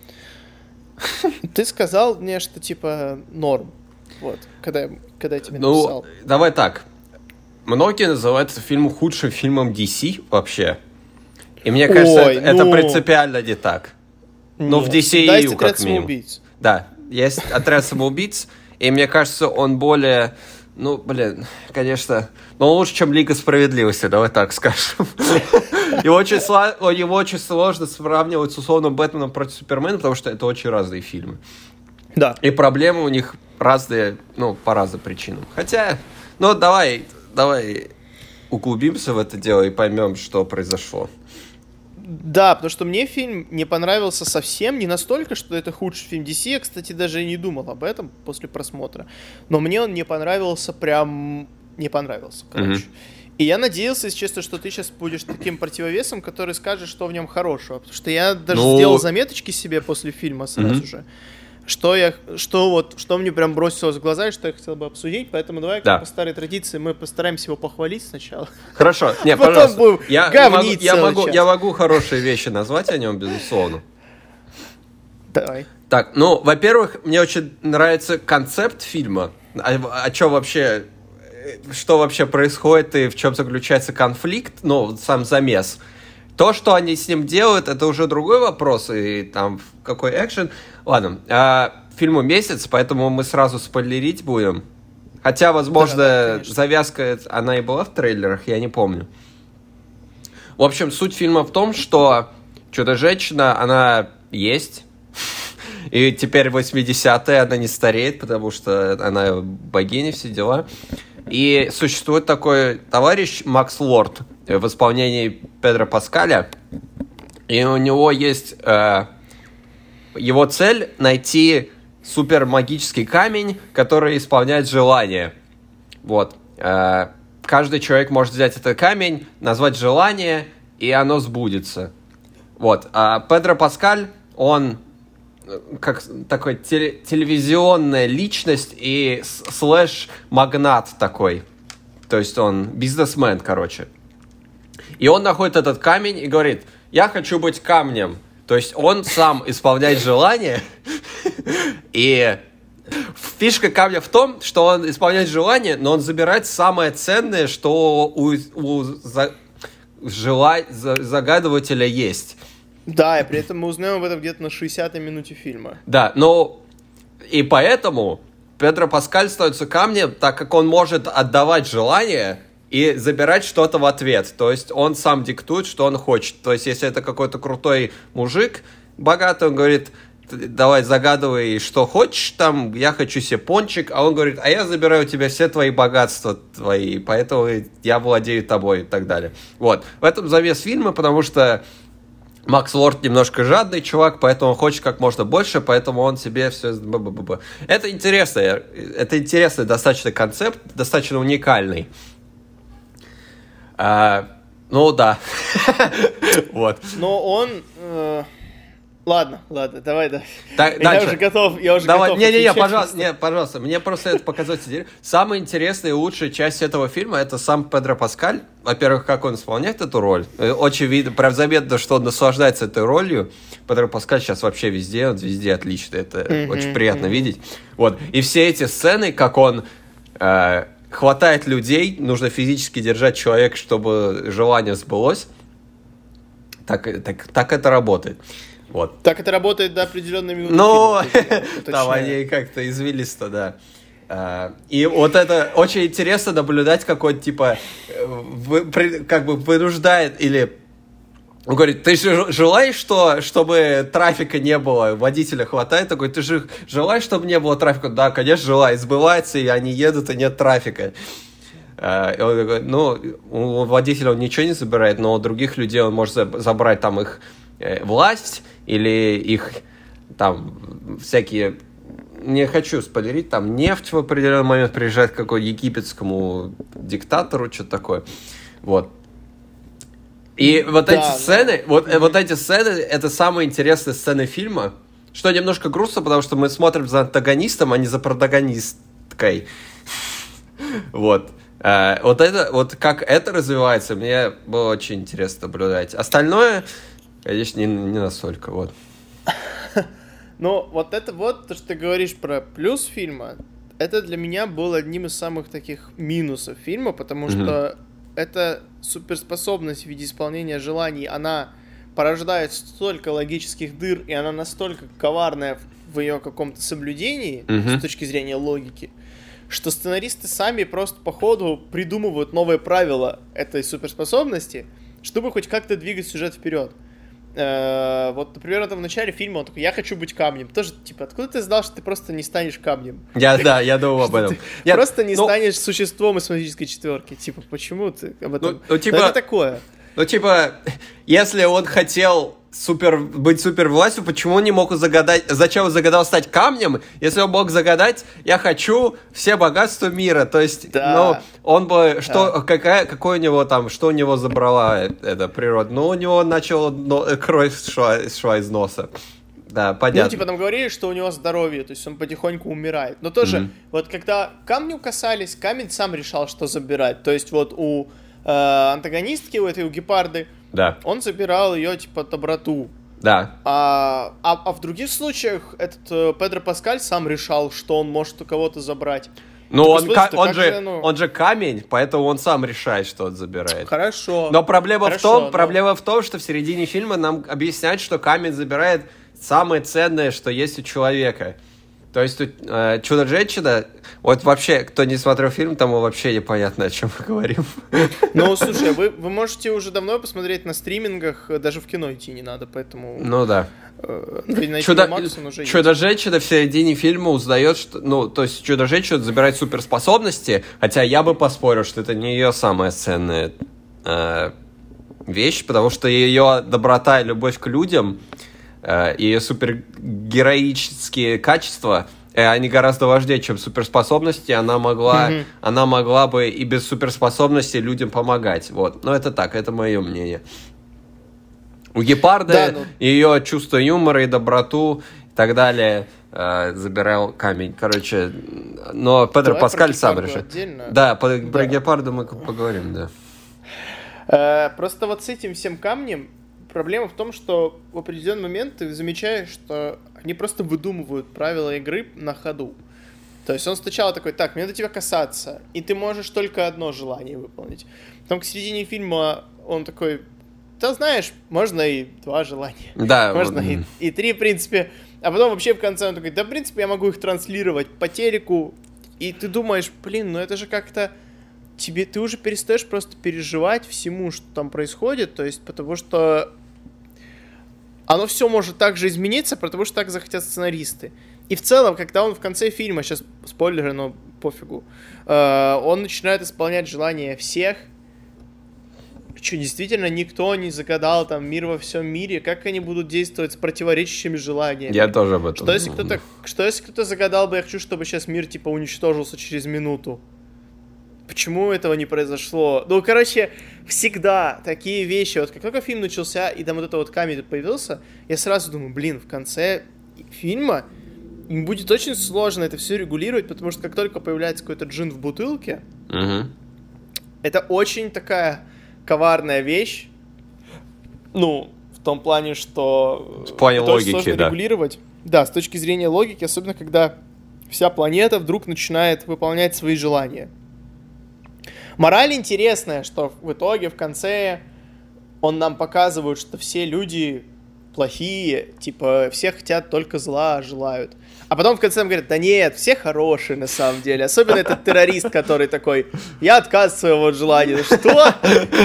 Ты сказал мне, что типа норм. Вот, когда, я- когда я тебе Ну, написал. давай так. Многие называют этот фильм худшим фильмом ди си вообще. И мне кажется, Ой, это, это ну. принципиально не так. Ну, в Нет, ди си всегда есть ю «Отряд как минимум. самоубийц». Да, есть «Отряд самоубийц», и мне кажется, он более... Ну, блин, конечно... Но он лучше, чем «Лига справедливости», давай так скажем. Его очень, сла... Его очень сложно сравнивать с условным «Бэтменом против Супермена», потому что это очень разные фильмы. Да. И проблемы у них разные, ну, по разным причинам. Хотя, ну, давай, давай углубимся в это дело и поймем, что произошло. Да, потому что мне фильм не понравился совсем, не настолько, что это худший фильм ди си. Я, кстати, даже и не думал об этом после просмотра. Но мне он не понравился, прям не понравился, короче. Мгм. И я надеялся, если честно, что ты сейчас будешь таким противовесом, который скажет, что в нем хорошего. Потому что я даже Ну- сделал заметочки себе после фильма сразу Мгм. же. Что я, что вот, что мне прям бросилось в глаза и что я хотел бы обсудить. Поэтому давай Да. по старой традиции мы постараемся его похвалить сначала. Хорошо, не, Потом пожалуйста. будем Я, говнить могу, я, целый могу, час. я могу хорошие вещи назвать о нем, безусловно. Давай. Так, ну, во-первых, мне очень нравится концепт фильма. А, о чем вообще, э, что вообще происходит и в чем заключается конфликт, ну, сам замес. То, что они с ним делают, это уже другой вопрос, и там какой экшен. Ладно, а, фильму месяц, поэтому мы сразу спойлерить будем. Хотя, возможно, Да, да, конечно. завязка, она и была в трейлерах, я не помню. В общем, суть фильма в том, что Чудо-женщина, она есть. И теперь восьмидесятые она не стареет, потому что она богиня, все дела. И существует такой товарищ Макс Лорд в исполнении Педро Паскаля. И у него есть... Э, его цель — найти супермагический камень, который исполняет желание. Вот. Э, каждый человек может взять этот камень, назвать желание, и оно сбудется. Вот. А Педро Паскаль, он как такой теле- телевизионная личность и слэш-магнат такой. То есть он бизнесмен, короче. И он находит этот камень и говорит: я хочу быть камнем. То есть он сам исполняет желание. И фишка камня в том, что он исполняет желание, но он забирает самое ценное, что у, у за, жела, за, загадывателя есть. Да, и при этом мы узнаем об этом где-то на шестидесятой минуте фильма. Да, но и поэтому Педро Паскаль становится камнем, так как он может отдавать желание и забирать что-то в ответ. То есть он сам диктует, что он хочет. То есть если это какой-то крутой мужик, богатый, он говорит: давай загадывай, что хочешь, там, я хочу себе пончик, а он говорит: а я забираю у тебя все твои богатства твои, поэтому я владею тобой и так далее. Вот. В этом завес фильма, потому что Макс Лорд немножко жадный чувак, поэтому он хочет как можно больше, поэтому он себе все... Б-б-б-б. Это интересно, это интересный достаточно концепт, достаточно уникальный. А, ну да. Вот. Но он... Э... Ладно, ладно, давай, да. Так, я дальше. уже готов, я уже давай, готов. Не-не-не, пожалуйста, не, пожалуйста, мне просто это показалось интересно. Самая интересная и лучшая часть этого фильма — это сам Педро Паскаль. Во-первых, как он исполняет эту роль. Очень видно, прям заметно, что он наслаждается этой ролью. Педро Паскаль сейчас вообще везде, он везде отлично. Это mm-hmm, очень приятно mm-hmm. видеть. Вот. И все эти сцены, как он э, хватает людей, нужно физически держать человека, чтобы желание сбылось. Так, так, так это работает. Вот. Так это работает до определенной минуты. Ну, там они как-то извилисто, да. А, и вот это очень интересно наблюдать, как он, типа, вы, как бы вынуждает или... Он говорит: ты же желаешь, что, чтобы трафика не было? Водителя хватает, такой: ты же желаешь, чтобы не было трафика? Да, конечно, желаю. Сбывается, и они едут, и нет трафика. А, и он говорит: ну, у водителя он ничего не забирает, но у других людей он может забрать там их власть или их там всякие... Не хочу спойлерить, там нефть в определенный момент приезжает к какому-то египетскому диктатору, что-то такое. Вот. И вот да, эти сцены, да. вот, mm-hmm. вот эти сцены, это самые интересные сцены фильма, что немножко грустно, потому что мы смотрим за антагонистом, а не за протагонисткой. Вот. Uh, вот это, вот как это развивается, мне было очень интересно наблюдать. Остальное, конечно, не, не настолько, вот. Ну, вот это вот, то, что ты говоришь про плюс фильма, это для меня был одним из самых таких минусов фильма, потому mm-hmm. что эта суперспособность в виде исполнения желаний, она порождает столько логических дыр, и она настолько коварная в ее каком-то соблюдении, mm-hmm. с точки зрения логики, что сценаристы сами просто по ходу придумывают новые правила этой суперспособности, чтобы хоть как-то двигать сюжет вперед. Э-э- вот, например, в начале фильма он такой: я хочу быть камнем. Тоже, типа, откуда ты знал, что ты просто не станешь камнем? Я, да, я думал об этом. Ты просто не станешь существом из магической четверки. Типа, почему ты об этом? Ну, типа... Это такое. Ну, типа, если он хотел супер, быть супервластью, почему он не мог загадать, зачем он загадал стать камнем, если он мог загадать: я хочу все богатства мира, то есть, да. ну, он бы, что, да. какая, какой у него там, что у него забрала эта природа, ну, у него начала но, кровь шла, шла из носа. Да, понятно. Ну, типа, там говорили, что у него здоровье, то есть он потихоньку умирает. Но тоже, mm-hmm. вот когда камню касались, камень сам решал, что забирать. То есть вот у э, антагонистки, у этой, у гепарды, да. он забирал ее, типа, доброту. Да. А, а, а в других случаях этот э, Педро Паскаль сам решал, что он может у кого-то забрать. Ну, он, смысле, ка- он, же, же, ну... он же камень, поэтому он сам решает, что он забирает. Хорошо. Но проблема, Хорошо, в, том, но... проблема в том, что в середине фильма нам объясняют, что камень забирает самое ценное, что есть у человека. То есть э, «Чудо-женщина», вот вообще, кто не смотрел фильм, тому вообще непонятно, о чем мы говорим. Ну, слушай, вы, вы можете уже давно посмотреть на стримингах, даже в кино идти не надо, поэтому... Ну да. Э, на Чудо... уже Чудо-женщина в середине фильма узнает, что... Ну, то есть Чудо-женщина забирает суперспособности, хотя я бы поспорил, что это не ее самое ценное... Э, вещь, потому что ее доброта и любовь к людям, э, ее супергероические качества, э, они гораздо важнее, чем суперспособности. Она могла, mm-hmm. она могла бы и без суперспособностей людям помогать. Вот. Но это так, это мое мнение. У Гепарда да, ну... ее чувство юмора и доброту и так далее э, забирал камень. Короче, но Педро Давай Паскаль сам решил. Да, по, да, про Гепарда мы поговорим, да. Э, просто вот с этим всем камнем проблема в том, что в определенный момент ты замечаешь, что они просто выдумывают правила игры на ходу. То есть он сначала такой, так, мне до тебя касаться, и ты можешь только одно желание выполнить. Потом к середине фильма он такой... Да, знаешь, можно и два желания. Да. Можно вот. и, и три, в принципе. А потом вообще в конце он такой, да, в принципе, я могу их транслировать по телеку. И ты думаешь, блин, ну это же как-то... Тебе, ты уже перестаешь просто переживать всему, что там происходит. То есть, потому что оно все может так же измениться, потому что так захотят сценаристы. И в целом, когда он в конце фильма, сейчас спойлеры, но пофигу, э, он начинает исполнять желания всех. Что, действительно, никто не загадал там мир во всем мире? Как они будут действовать с противоречащими желаниями? Я тоже об этом что если кто-то, что если кто-то загадал бы, я хочу, чтобы сейчас мир типа уничтожился через минуту? Почему этого не произошло? Ну, короче, всегда такие вещи. Вот как только фильм начался, и там вот это вот камень появился, я сразу думаю, блин, в конце фильма им будет очень сложно это все регулировать, потому что как только появляется какой-то джин в бутылке, угу. это очень такая... коварная вещь, ну, в том плане, что... В плане это логики, очень сложно да. регулировать. Да, с точки зрения логики, особенно когда вся планета вдруг начинает выполнять свои желания. Мораль интересная, что в итоге, в конце, он нам показывает, что все люди плохие, типа, все хотят только зла, желают. А потом в конце нам говорят, да нет, все хорошие на самом деле. Особенно этот террорист, который такой, я отказ своего желания. Что?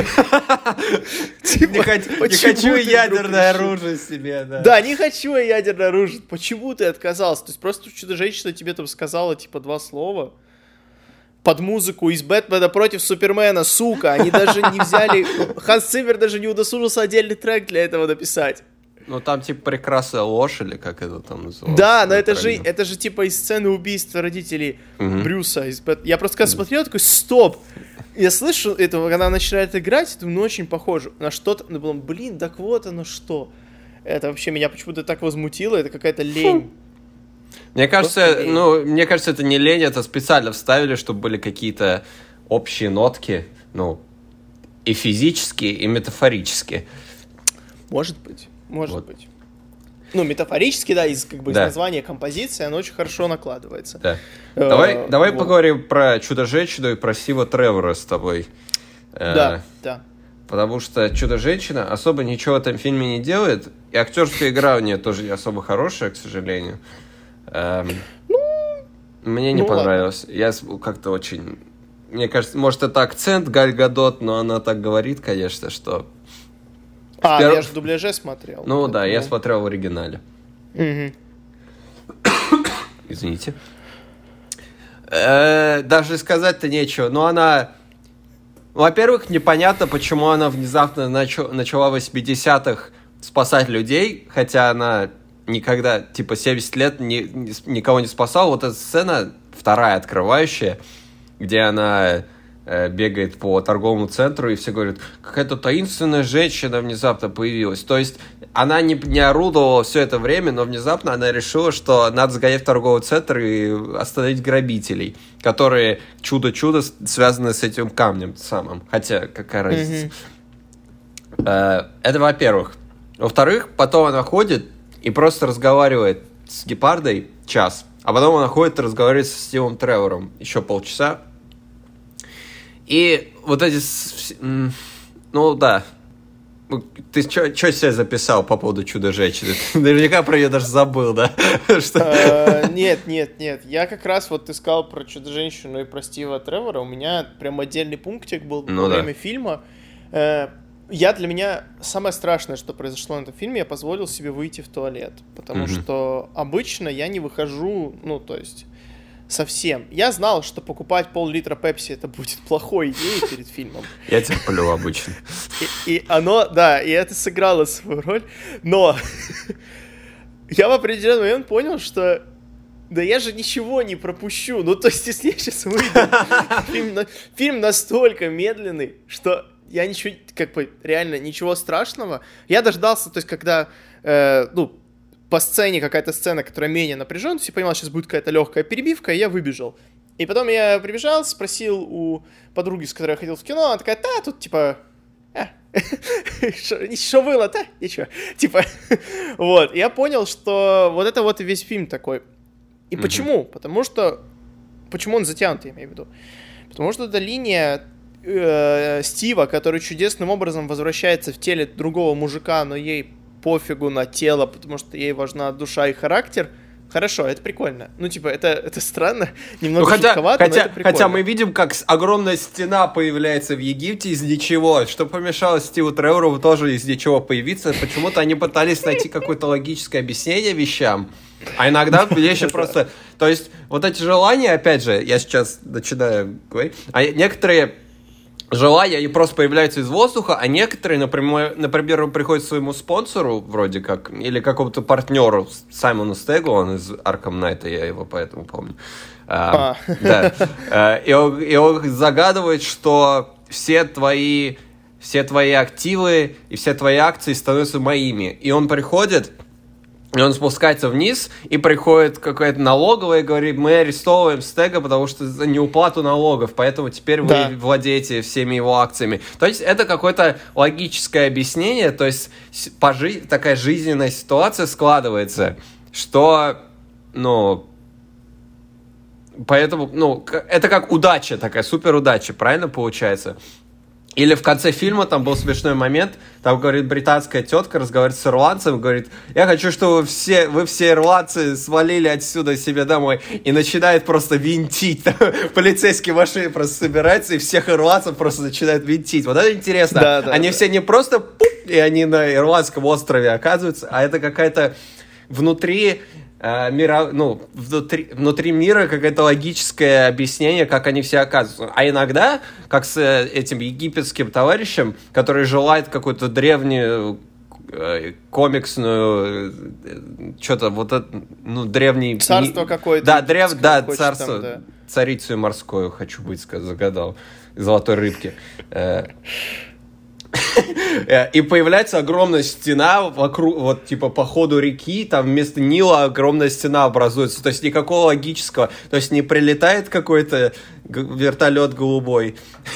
Не хочу ядерное оружие себе, да. Да, не хочу я ядерное оружие. Почему ты отказался? То есть просто Чудо-женщина тебе там сказала, типа, два слова под музыку из Бэтмена против Супермена, сука. Они даже не взяли... Ханс Циммер даже не удосужился отдельный трек для этого написать. Ну, там, типа, прекрасная ложь, или как это там называется? Да, но это же, это же, типа, из сцены убийства родителей угу. Брюса. Из... Я просто когда смотрел, такой, стоп! Я слышу этого, когда она начинает играть, думаю, ну, очень похоже на что-то. Ну, думаю, блин, так вот оно что. Это вообще меня почему-то так возмутило, это какая-то лень. Мне кажется, ну, мне кажется, это не лень, это специально вставили, чтобы были какие-то общие нотки, ну, и физические, и метафорические. Может быть. Может вот. быть. Ну, метафорически, да, из, как бы, да. из названия композиции оно очень хорошо накладывается. Да. Э, давай давай вот. поговорим про Чудо-женщину и про Стива Тревора с тобой. Да, э, да. Потому что Чудо-женщина особо ничего в этом фильме не делает, и актерская игра у нее тоже не особо хорошая, к сожалению. Эм, ну, мне не ну, понравилось. Ладно. Я как-то очень... Мне кажется, может, это акцент Галь Гадот, но она так говорит, конечно, что... А, перв... я же в дубляже смотрел. Ну поэтому... да, я смотрел в оригинале. Угу. Извините. Э-э, даже сказать-то нечего. Но она... Во-первых, непонятно, почему она внезапно нач... начала в восьмидесятых спасать людей, хотя она никогда, типа, семьдесят лет ни... никого не спасала. Вот эта сцена, вторая, открывающая, где она... бегает по торговому центру, и все говорят, какая-то таинственная женщина внезапно появилась. То есть она не, не орудовала все это время, но внезапно она решила, что надо сгонять в торговый центр и остановить грабителей, которые чудо-чудо связаны с этим камнем самым. Хотя, какая разница. Mm-hmm. Это во-первых. Во-вторых, потом она ходит и просто разговаривает с Гепардой час, а потом она ходит и разговаривает со Стивом Тревором еще полчаса. И вот эти... Ну, да. Ты что себе записал по поводу Чудо-женщины? Ты наверняка про нее даже забыл, да? Нет, нет, нет. Я как раз вот ты сказал про Чудо-женщину и про Стива Тревора. У меня прям отдельный пунктик был во время фильма. Я для меня... Самое страшное, что произошло на этом фильме, я позволил себе выйти в туалет. Потому что обычно я не выхожу... Ну, то есть... совсем. Я знал, что покупать пол-литра пепси это будет плохой идеей перед фильмом. Я терплю обычно. И, и оно, да, и это сыграло свою роль. Но я в определенный момент понял, что да я же ничего не пропущу. Ну, то есть, если я сейчас выйду, фильм, фильм настолько медленный, что я ничего, как бы, реально ничего страшного. Я дождался, то есть, когда, э, ну, по сцене какая-то сцена, которая менее напряженная, то есть я понимал, сейчас будет какая-то легкая перебивка, и я выбежал. И потом я прибежал, спросил у подруги, с которой я ходил в кино, она такая, да, тут, типа, что было, да, ничего, типа, вот. Я понял, что вот это вот и весь фильм такой. И mm-hmm. почему? Потому что... Почему он затянут, я имею в виду? Потому что эта линия э, Стива, который чудесным образом возвращается в теле другого мужика, но ей пофигу на тело, потому что ей важна душа и характер. Хорошо, это прикольно. Ну, типа, это, это странно, немного ну, хотя, жутковато, хотя, но это прикольно. Хотя мы видим, как огромная стена появляется в Египте из ничего. Что помешало Стиву Тревору тоже из ничего появиться. Почему-то они пытались найти какое-то логическое объяснение вещам. А иногда вещи просто... То есть, вот эти желания, опять же, я сейчас начинаю говорить, а некоторые желания, они просто появляются из воздуха, а некоторые, например, например, он приходит к своему спонсору, вроде как, или какому-то партнеру, Саймону Стегу, он из Arkham Knight, я его поэтому помню. А, а. Да. А, и, он, и он загадывает, что все твои, все твои активы и все твои акции становятся моими. И он приходит... И он спускается вниз, и приходит какая-то налоговая и говорит, мы арестовываем Стега, потому что за неуплату налогов, поэтому теперь да. вы владеете всеми его акциями. То есть это какое-то логическое объяснение, то есть пожи- такая жизненная ситуация складывается, что, ну, поэтому, ну, это как удача такая, супер удача, правильно получается? Или в конце фильма там был смешной момент, там, говорит, британская тетка разговаривает с ирландцем, говорит, я хочу, чтобы все, вы все ирландцы свалили отсюда себе домой, и начинает просто винтить, там, полицейские машины просто собираются, и всех ирландцев просто начинают винтить. Вот это интересно. Да, да, они да. все не просто пуп, и они на ирландском острове оказываются, а это какая-то внутри... Мира, ну, внутри, внутри мира какое-то логическое объяснение, как они все оказываются. А иногда, как с этим египетским товарищем, который желает какую-то древнюю э, комиксную э, что-то вот это, ну, древний... Царство какое-то. Да, древ, да, царство, там, да. Царицу морскую хочу быть, загадал, золотой рыбки. И появляется огромная стена вокруг, вот типа по ходу реки, там вместо Нила огромная стена образуется, то есть никакого логического, то есть не прилетает какой-то вертолет голубой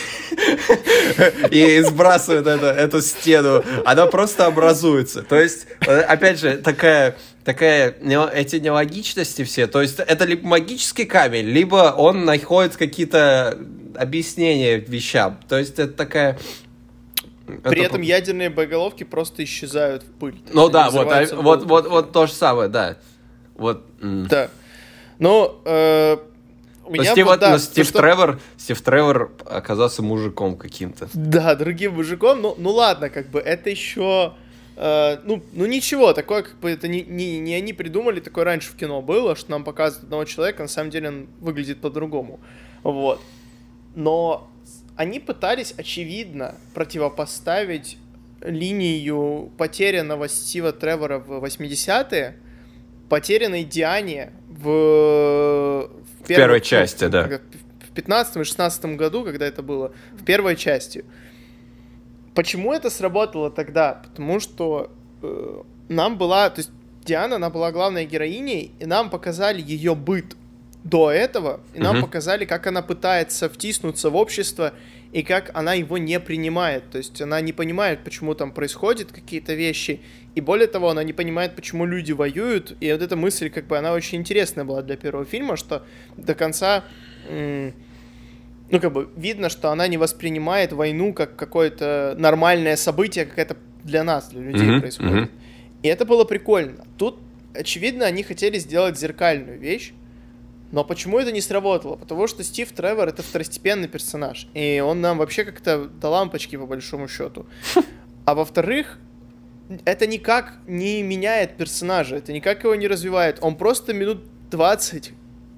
и сбрасывает это, эту стену, она просто образуется. То есть, опять же, такая... такая, эти нелогичности все, то есть это либо магический камень, либо он находит какие-то объяснения вещам, то есть это такая... При это... этом ядерные боеголовки просто исчезают в пыль. Ну да, вот, а, вот, вот, вот то же самое, да. Вот. Да. Ну, э, у меня Стив, вот, да, Стив, что... Тревор, Стив Тревор оказался мужиком каким-то. Да, другим мужиком. Ну, ну ладно, как бы это еще... Э, ну, ну ничего, такое как бы это не, не, не они придумали, такое раньше в кино было, что нам показывают одного человека, на самом деле он выглядит по-другому. Вот. Но... Они пытались, очевидно, противопоставить линию потерянного Стива Тревора в восьмидесятые потерянной Диане в, в, в первой, первой части, ну, да. В пятнадцатом и шестнадцатом году, когда это было, в первой части. Почему это сработало тогда? Потому что э, нам была... То есть Диана, она была главной героиней, и нам показали ее быт до этого, и нам uh-huh. показали, как она пытается втиснуться в общество, и как она его не принимает. То есть она не понимает, почему там происходят какие-то вещи, и более того, она не понимает, почему люди воюют, и вот эта мысль, как бы, она очень интересная была для первого фильма, что до конца, м- ну, как бы, видно, что она не воспринимает войну как какое-то нормальное событие, как это для нас, для людей uh-huh. происходит. Uh-huh. И это было прикольно. Тут, очевидно, они хотели сделать зеркальную вещь. Но почему это не сработало? Потому что Стив Тревор — это второстепенный персонаж, и он нам вообще как-то до лампочки, по большому счету. А во-вторых, это никак не меняет персонажа, это никак его не развивает. Он просто минут двадцать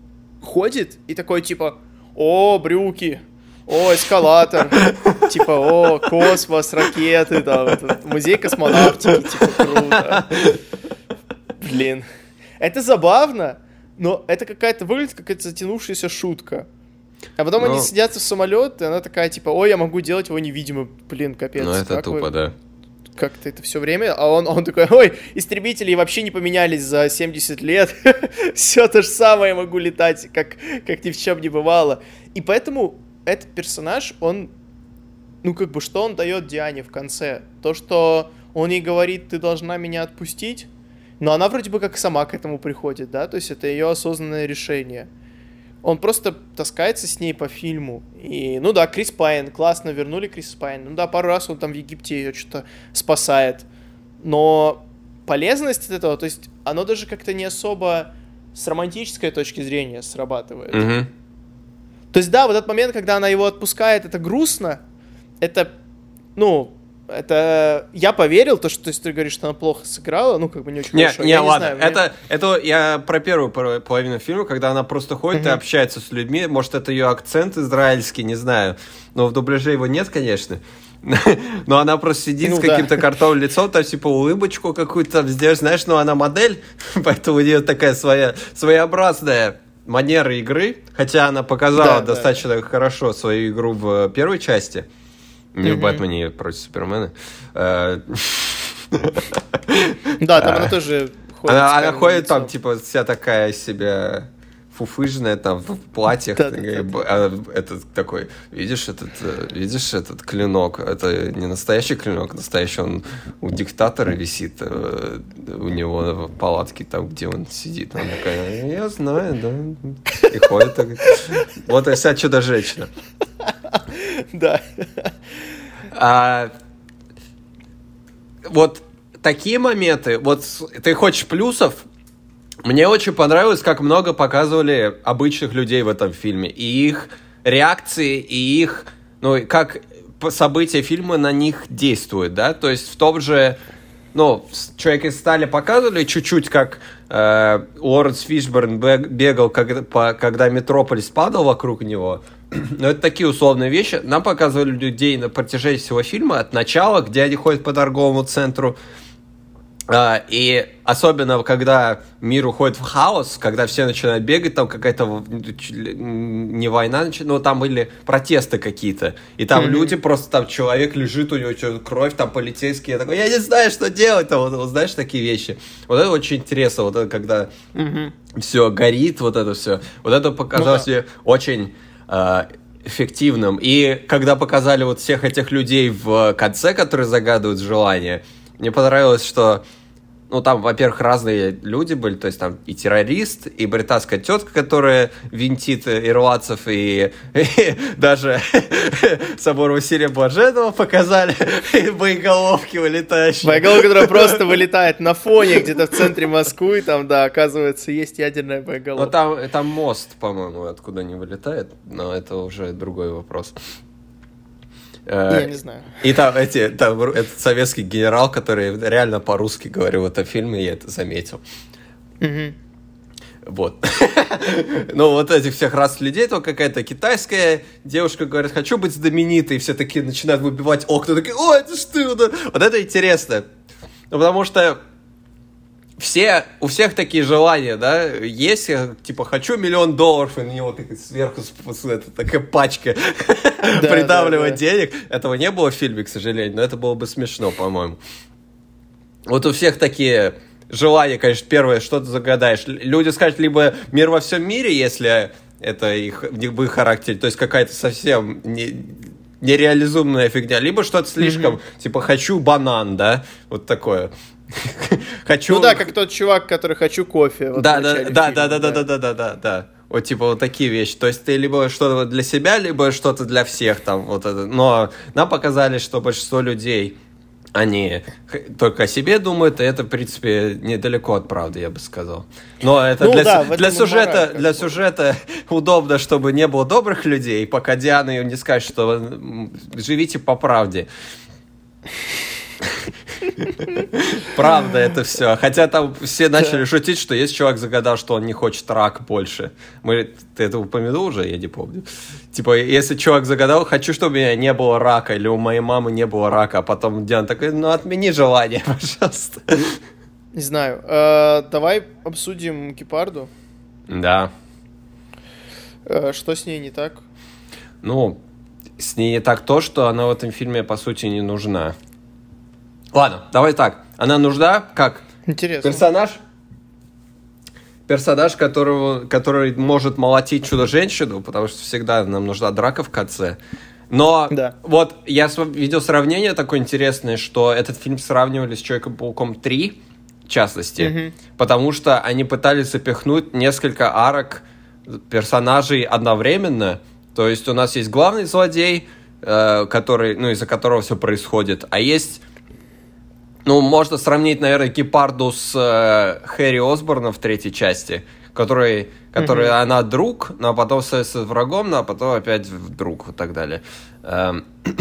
ходит и такой, типа, о, брюки, о, эскалатор, типа, о, космос, ракеты, там, это, музей космонавтики, типа, круто. Блин. Это забавно, но это какая-то, выглядит какая-то затянувшаяся шутка. А потом но... они садятся в самолет, и она такая, типа, ой, я могу делать его невидимым. Блин, капец. Ну, это тупо, вы... да. Как-то это все время, а он, он такой, ой, истребители вообще не поменялись за семьдесят лет, все то же самое, я могу летать, как, как ни в чем не бывало. И поэтому этот персонаж, он, ну как бы, что он дает Диане в конце? То, что он ей говорит, ты должна меня отпустить, но она вроде бы как сама к этому приходит, да, то есть это ее осознанное решение. Он просто таскается с ней по фильму. И, ну да, Крис Пайн, классно, вернули Крис Пайн. Ну да, пару раз он там в Египте ее что-то спасает. Но полезность от этого, то есть оно даже как-то не особо с романтической точки зрения срабатывает. Mm-hmm. То есть да, вот этот момент, когда она его отпускает, это грустно. Это, ну... Это я поверил, то, что ты говоришь, что она плохо сыграла, ну, как бы не очень не, хорошо. Не, я ладно, не знаю, это, мне... это я про первую половину фильма, когда она просто ходит mm-hmm. и общается с людьми, может, это ее акцент израильский, не знаю, но в дубляже его нет, конечно, но она просто сидит ну, с каким-то да. картонным лицом, там, типа, улыбочку какую-то там сделаешь, знаешь, ну, она модель, поэтому у нее такая своя, своеобразная манера игры, хотя она показала да, достаточно да. хорошо свою игру в первой части. Не в Бэтмене против Супермена. Да, там она тоже ходит. Она ходит там, типа, вся такая себя фуфыжная, там, в платьях. Этот такой, видишь этот, видишь этот клинок? Это не настоящий клинок, настоящий он у диктатора висит, у него в палатке, там, где он сидит. Она такая, я знаю, да. И ходит. Вот и вся чудо-женщина. Да. А, вот такие моменты, вот ты хочешь плюсов? Мне очень понравилось, как много показывали обычных людей в этом фильме. И их реакции, и их, ну, как события фильма на них действуют, да? То есть в том же, ну, «Человек из стали» показывали чуть-чуть, как э, Лоренс Фишберн бегал, когда, по, когда Метрополис падал вокруг него. Но это такие условные вещи. Нам показывали людей на протяжении всего фильма, от начала, где они ходят по торговому центру. И особенно, когда мир уходит в хаос, когда все начинают бегать, там какая-то не война, но там были протесты какие-то. И там mm-hmm. люди, просто там человек лежит, у него что-то кровь, там полицейские. Я такой, я не знаю, что делать. Там, вот, вот, знаешь, такие вещи. Вот это очень интересно, вот это, когда mm-hmm. все горит, вот это все. Вот это показалось мне mm-hmm. очень э, эффективным. И когда показали вот всех этих людей в конце, которые загадывают желание, мне понравилось, что, ну, там, во-первых, разные люди были, то есть там и террорист, и британская тетка, которая винтит ирландцев, и, и даже собор Василия Блаженного показали, и боеголовки вылетающие. Боеголовка, которая просто вылетает на фоне где-то в центре Москвы, там, да, оказывается, есть ядерная боеголовка. Ну, там, там мост, по-моему, откуда не вылетает, но это уже другой вопрос. Я не знаю. И там, эти, там этот советский генерал, который реально по-русски говорил в этом фильме, я это заметил. Mm-hmm. Вот. Ну, вот этих всех раз людей, то какая-то китайская девушка говорит, хочу быть знаменитой, и все такие начинают выбивать окна, такие, о, это ж ты! Вот это интересно. Ну, потому что все, у всех такие желания, да, есть, я, типа, хочу миллион долларов, и на него так, сверху это, такая пачка да, придавливать да, да. денег. Этого не было в фильме, к сожалению, но это было бы смешно, по-моему. Вот у всех такие желания, конечно, первое, что ты загадаешь. Люди скажут, либо мир во всем мире, если это их, в их характере, то есть какая-то совсем не, нереализуемая фигня, либо что-то слишком, mm-hmm. типа, хочу банан, да, вот такое. Хочу... Ну да, как тот чувак, который хочу кофе. Вот да, да, да, да, да, да, да, да, да, да, да. Вот типа вот такие вещи. То есть ты либо что-то для себя, либо что-то для всех там. Вот это. Но нам показали, что большинство людей, они только о себе думают, и это, в принципе, недалеко от правды, я бы сказал. Но это ну, для, да, для, сюжета, для сюжета удобно, чтобы не было добрых людей, пока Диана не скажет, что живите по правде. Правда это все. Хотя там все начали шутить, что есть чувак загадал, что он не хочет рак больше. Мы, ты это упомянул уже? Я не помню. Типа, если чувак загадал, хочу, чтобы у меня не было рака, или у моей мамы не было рака, а потом Диана такой, ну отмени желание, пожалуйста. Не знаю. Э, давай обсудим Гепарду. Да. Э, что с ней не так? Ну, с ней не так то, что она в этом фильме, по сути, не нужна. Ладно, давай так. Она нужна как Интересно. персонаж, персонаж, которого, который может молотить Чудо-женщину, потому что всегда нам нужна драка в конце. Но да. вот я видел сравнение такое интересное, что этот фильм сравнивали с Человеком-пауком три, в частности, mm-hmm. потому что они пытались запихнуть несколько арок персонажей одновременно. То есть у нас есть главный злодей, э, который, ну, из-за которого все происходит, а есть, ну, можно сравнить, наверное, Гепарду с э, Хэри Осборном в третьей части, который, который mm-hmm. она друг, но потом становится врагом, но потом опять друг и так далее. Эм.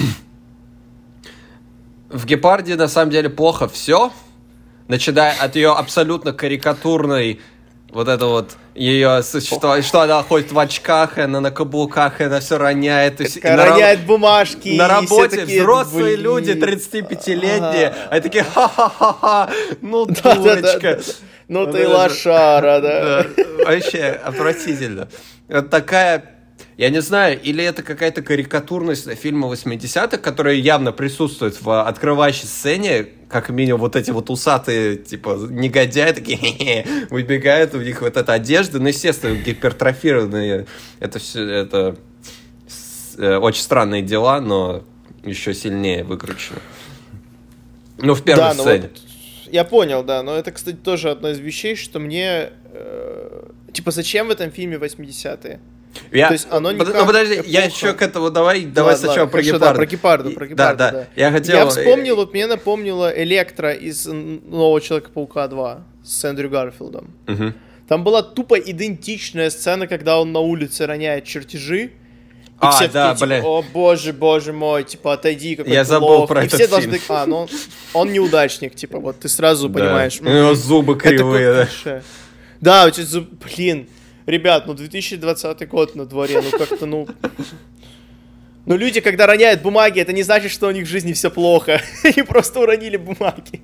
В Гепарде на самом деле плохо все, начиная от ее абсолютно карикатурной вот это вот ее существование, что она ходит в очках, и она на каблуках, и она все роняет. И роняет на, бумажки. На работе такие, взрослые блин. люди, тридцатипятилетние, ага. они такие, ха-ха-ха-ха, ну, да, дурочка. Да, да, да. Ну, ты лошара, да. Вообще, отвратительно. Вот такая... Я не знаю, или это какая-то карикатурность фильма восьмидесятых, которая явно присутствует в открывающей сцене, как минимум вот эти вот усатые, типа, негодяи такие хе-хе, выбегают, у них вот эта одежда, ну, естественно, гипертрофированные, это все, это э, очень странные дела, но еще сильнее выкручено. Ну, в первой да, сцене. Вот, я понял, да, но это, кстати, тоже одна из вещей, что мне, э, типа, зачем в этом фильме восьмидесятые? Я... То есть оно никак Ну, подожди, эпоха... я еще к этому, давай, давай ладно, сначала ладно, про хорошо, Гепарду. Да, про Гепарду, про Гепарду, да, да. да. Я хотел... Я вспомнил, вот мне напомнило Электро из Нового Человека-паука два с Эндрю Гарфилдом. Угу. Там была тупо идентичная сцена, когда он на улице роняет чертежи. И а, все да, такие, бля. типа, о боже, боже мой, типа, отойди, какой Я плох. забыл про и этот все фильм. должны... А, ну он, он неудачник, типа, вот ты сразу да. понимаешь. У него зубы кривые, да. Да, у тебя зубы, блин. Ребят, ну две тысячи двадцатый год на дворе, ну как-то, ну... Ну люди, когда роняют бумаги, это не значит, что у них в жизни все плохо. Они просто уронили бумаги.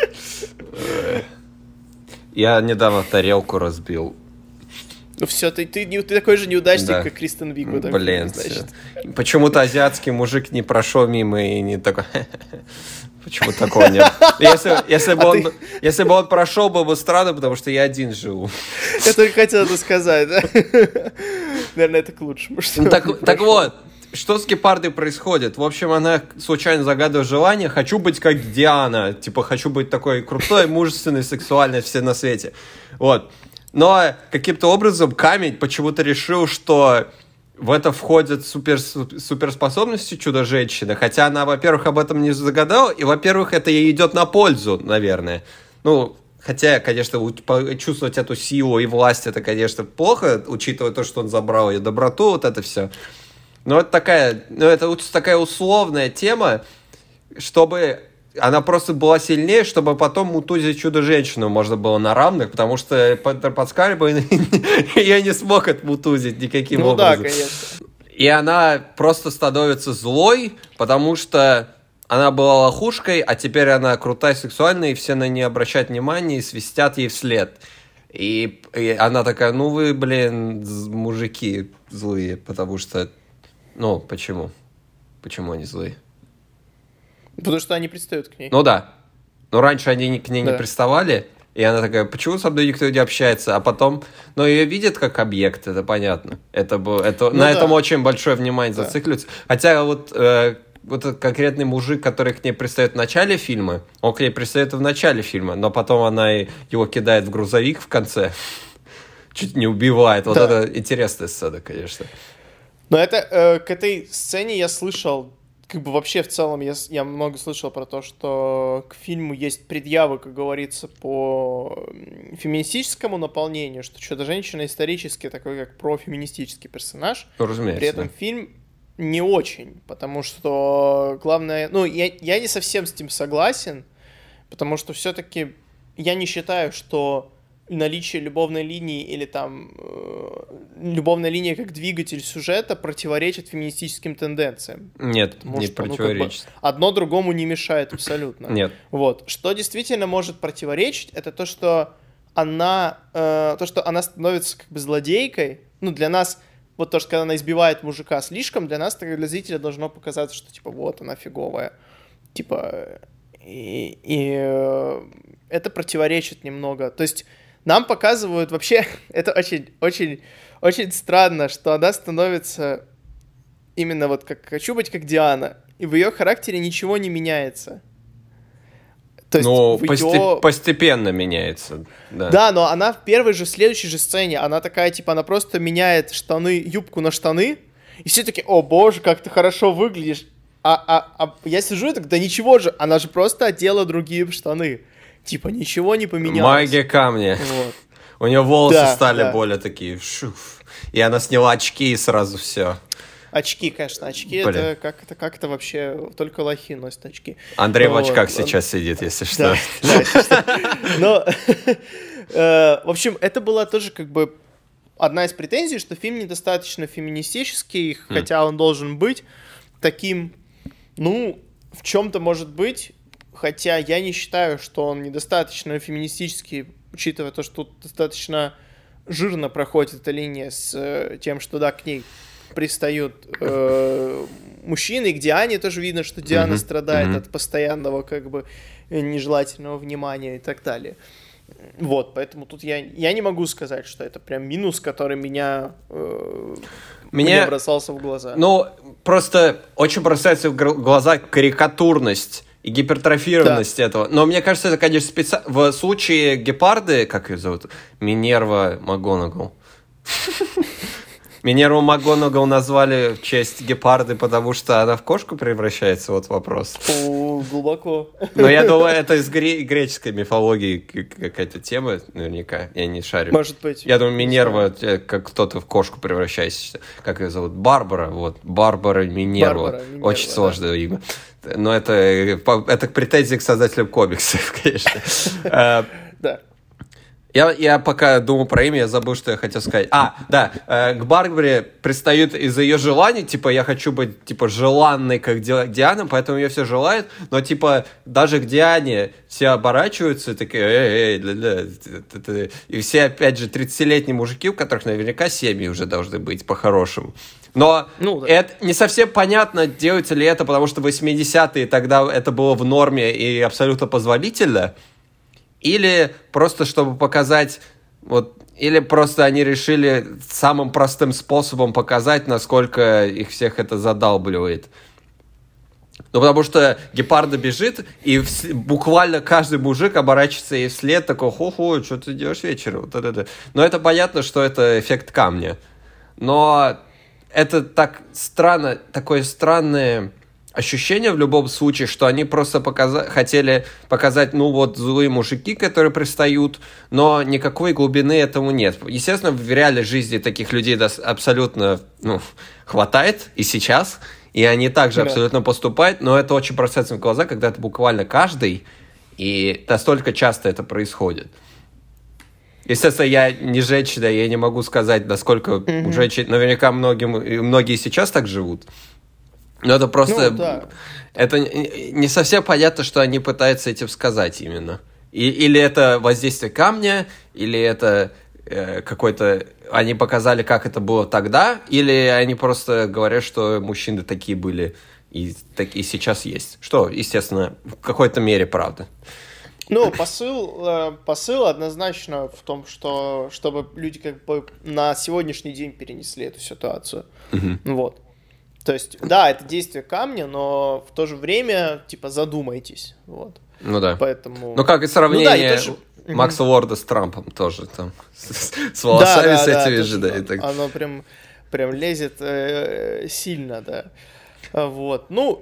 Я недавно тарелку разбил. Ну все, ты, ты, ты такой же неудачник, да. как Кристен Виг в этом Блин, фильме, значит. Почему-то азиатский мужик не прошел мимо и не такой... Почему такого нет? Если, если, бы а он, ты... если бы он прошел, было бы странно, потому что я один живу. Я только хотел это сказать, да? Наверное, это к лучшему. Ну, так, так вот, что с Гепардой происходит? В общем, она случайно загадывает желание. Хочу быть как Диана. Типа, хочу быть такой крутой, мужественной, сексуальной, все на свете. Вот. Но каким-то образом камень почему-то решил, что... В это входят супер, суперспособности Чудо-женщины, хотя она, во-первых, об этом не загадала, и, во-первых, это ей идет на пользу, наверное. Ну, хотя, конечно, чувствовать эту силу и власть, это, конечно, плохо, учитывая то, что он забрал ее доброту, вот это все. Но это такая, ну, это такая условная тема, чтобы... Она просто была сильнее, чтобы потом мутузить Чудо-женщину можно было на равных, потому что Паскаль бы ее не смог отмутузить никаким ну, образом. Ну да, конечно. И она просто становится злой, потому что она была лохушкой, а теперь она крутая, сексуальная, и все на нее обращают внимание и свистят ей вслед. И, и она такая, ну вы, блин, мужики злые, потому что... Ну, почему? Почему они злые? Потому что они пристают к ней. Ну да. Но раньше они к ней да. не приставали, и она такая, почему со мной никто не общается? А потом, ну, ее видят как объект, это понятно. Это, это, ну, на да. этом очень большое внимание да. зацикливается. Хотя вот, э, вот этот конкретный мужик, который к ней пристает в начале фильма, он к ней пристает в начале фильма, но потом она его кидает в грузовик в конце, чуть не убивает. Вот да. это интересная сцена, конечно. Но это, э, к этой сцене я слышал, как бы вообще в целом я, я много слышал про то, что к фильму есть предъявы, как говорится, по феминистическому наполнению, что Чудо-женщина исторически такой, как профеминистический персонаж. Ну, разумеется. При этом да. фильм не очень, потому что главное... Ну, я, я не совсем с этим согласен. Потому что все-таки я не считаю, что наличие любовной линии или там э, любовная линия как двигатель сюжета противоречит феминистическим тенденциям. Нет, Потому не что, ну, противоречит. как бы одно другому не мешает абсолютно. Нет. Вот. Что действительно может противоречить, это то, что она, э, то, что она становится как бы злодейкой. Ну, для нас, вот то, что когда она избивает мужика слишком, для нас, для зрителя должно показаться, что типа вот она фиговая. Типа, и, и э, это противоречит немного. То есть нам показывают вообще, это очень, очень, очень странно, что она становится именно вот как «хочу быть как Диана», и в ее характере ничего не меняется. То есть ну, в посте- её... постепенно меняется. Да. да, но она в первой же, в следующей же сцене, она такая, типа, она просто меняет штаны, юбку на штаны, и все таки о боже, как ты хорошо выглядишь. А, а, а я сижу и так, да ничего же, она же просто одела другие штаны. Типа, ничего не поменялось. Магия камня. Вот. У нее волосы Да, стали да. более такие. Шуф. И она сняла очки, и сразу все. Очки, конечно, очки, Блин. это как это как-то вообще только лохи носят очки. Андрей в Вот. очках сейчас сидит, если что. Да, да, если что. Но, э, в общем, это была тоже как бы одна из претензий, что фильм недостаточно феминистический, хотя он должен быть таким, ну, в чем-то может быть, хотя я не считаю, что он недостаточно феминистический, учитывая то, что тут достаточно жирно проходит эта линия с э, тем, что, да, к ней пристают э, мужчины, и к Диане тоже видно, что Диана Мгм, страдает мгм. от постоянного, как бы, нежелательного внимания и так далее. Вот, поэтому тут я, я не могу сказать, что это прям минус, который меня э, Мне- мне бросался в глаза. Ну, просто очень бросается в гр- глаза карикатурность и гипертрофированность этого. Но мне кажется, это, конечно, специ... в случае гепарды, как ее зовут? Минерва МакГонагал. Минерву МакГонагал назвали в честь гепарды, потому что она в кошку превращается, вот вопрос. О, глубоко. Но я думаю, это из гре- греческой мифологии к- какая-то тема, наверняка, я не шарю. Может быть. Я думаю, Минерва, э, как кто-то в кошку превращается. Как ее зовут? Барбара, вот. Барбара Минерва. Барбара Минерва, Очень да. сложное имя. Но это, э, по- это претензии к создателям комиксов, конечно. Э, Да. Я, я пока думал про имя, я забыл, что я хотел сказать. А, да, э, к Барбаре пристают из-за ее желаний, типа, я хочу быть, типа, желанной, как Ди- Диана, поэтому ее все желают, но, типа, даже к Диане все оборачиваются и такие, эй, эй, ля-ля, т- т- т- и все, опять же, тридцатилетние мужики, у которых наверняка семьи уже должны быть, по-хорошему. Но Ну, да. это не совсем понятно, делается ли это, потому что восьмидесятые тогда это было в норме и абсолютно позволительно, или просто чтобы показать, вот, или просто они решили самым простым способом показать, насколько их всех это задалбливает. Ну, потому что гепарда бежит, и вс- буквально каждый мужик оборачивается ей вслед, такой, хо-хо, что ты делаешь вечером? Вот это, это. Но это понятно, что это эффект камня. Но это так странно, такое странное ощущение в любом случае, что они просто показа- хотели показать, ну вот, злые мужики, которые пристают, но никакой глубины этому нет. Естественно, в реальной жизни таких людей дос- абсолютно, ну, хватает и сейчас, и они также Да. абсолютно поступают, но это очень бросается в глаза, когда это буквально каждый, и настолько часто это происходит. Естественно, я не женщина, я не могу сказать, насколько Мгм. у женщин, наверняка многим, и многие сейчас так живут. Но это просто... Ну, да. Это не не совсем понятно, что они пытаются этим сказать именно. И, или это воздействие камня, или это э, какой-то... Они показали, как это было тогда, или они просто говорят, что мужчины такие были и, так, и сейчас есть. Что, естественно, в какой-то мере правда. Ну, посыл, э, посыл однозначно в том, что чтобы люди как бы на сегодняшний день перенесли эту ситуацию. Мгм. Вот. То есть, да, это действие камня, но в то же время, типа, задумайтесь. Вот. Ну да. Поэтому... Ну, как и Ну сравнение да, и тоже- Макса Мгм. Лорда с Трампом тоже там. С, с волосами, Да, с да, этими да, же, тоже да. и так. Оно прям, прям лезет э, сильно, да. А, Вот. Ну,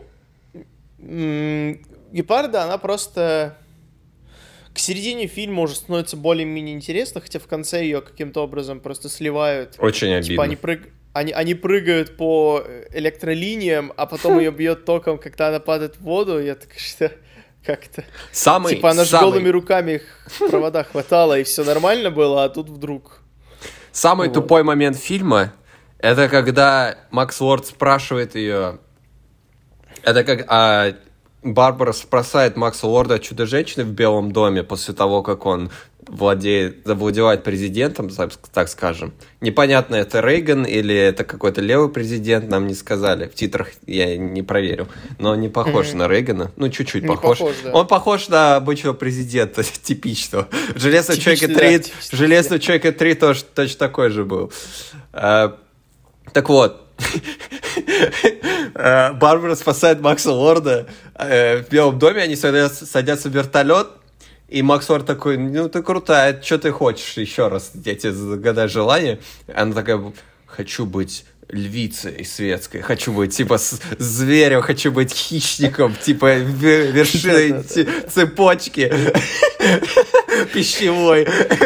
м, Гепарда, она просто... К середине фильма уже становится более-менее интересно, хотя в конце ее каким-то образом просто сливают. Очень обидно. Типа они, прыг... они, они прыгают по электролиниям, а потом ее бьет током, когда она падает в воду. Я так, что... как-то. Самый, Типа она же самый... голыми руками их провода хватала, и все нормально было, а тут вдруг... Самый Вот. тупой момент фильма — это когда Макс Лорд спрашивает ее... Это как... А, Барбара спасает Макса Лорда от Чудо-женщины в Белом доме после того, как он владеет, завладевает президентом, так скажем. Непонятно, это Рейган или это какой-то левый президент, нам не сказали. В титрах я не проверил. Но он не похож mm-hmm. на Рейгана. Ну, чуть-чуть не похож. похож да. Он похож на обычного президента, типичного. В «Железном человеке три», да, в «Железном человеке три» тоже точно такой же был. А, так вот. Барбара спасает Макса Лорда в Белом доме, они садятся, садятся в вертолет, и Макс Лорд такой: ну ты крутая, что ты хочешь еще раз, я тебе загадаю желание. Она такая: хочу быть львицей светской, хочу быть типа с зверем, хочу быть хищником, типа вершиной цепочки пищевой.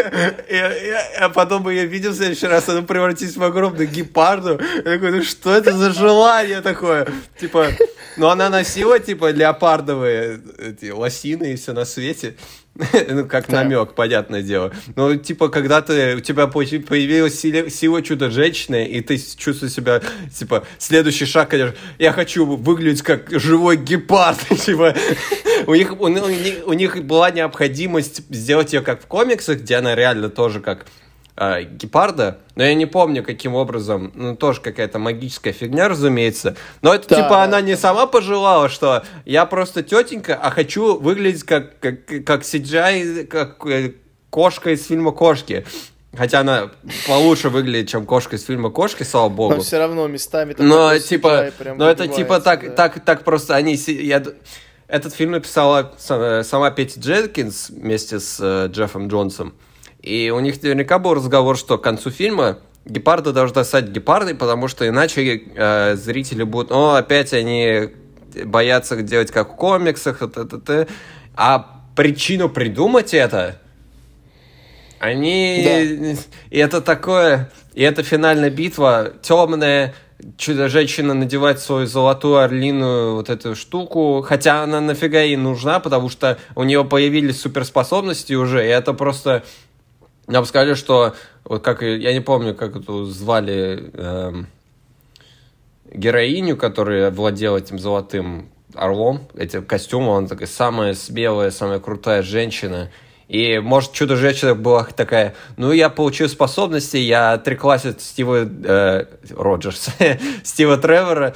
А потом я видел в следующий раз, она превратилась в огромную гепарду. Я такой: ну что это за желание такое? Типа, ну она носила типа леопардовые эти лосины и все на свете. Ну, как да. намек, понятное дело. Но, типа, когда ты, у тебя появилась сила, сила Чудо-женщины, и ты чувствуешь себя, типа, следующий шаг, конечно, я хочу выглядеть как живой гепард. Типа, у них, у, них, у них была необходимость сделать ее как в комиксах, где она реально тоже как э, гепарда, но я не помню, каким образом, ну, тоже какая-то магическая фигня, разумеется, но это, да, типа, да. она не сама пожелала, что я просто тетенька, а хочу выглядеть как, как, как си джи ай, как э, кошка из фильма «Кошки». Хотя она получше выглядит, чем кошка из фильма «Кошки», слава богу. Но все равно местами... Но, типа, но это, типа, так, да. так, так просто они... Я, этот фильм написала сама Петти Дженкинс вместе с э, Джеффом Джонсом. И у них наверняка был разговор, что к концу фильма гепарда должна стать гепардой, потому что иначе э, зрители будут... О, опять они боятся делать как в комиксах. Т-т-т-т. А причину придумать это... Они... Да. И это такое... И это финальная битва темная. Чудо-женщина надевает свою золотую орлиную вот эту штуку. Хотя она нафига ей нужна, потому что у нее появились суперспособности уже. И это просто... Нам сказали, что... Вот как... Я не помню, как эту звали... Эм, героиню, которая владела этим золотым орлом, этим костюмом. Она такая самая смелая, самая крутая женщина. И, может, Чудо-женщина была такая: ну, я получил способности, я отреклась от Стива э, Роджерса, Стива Тревора,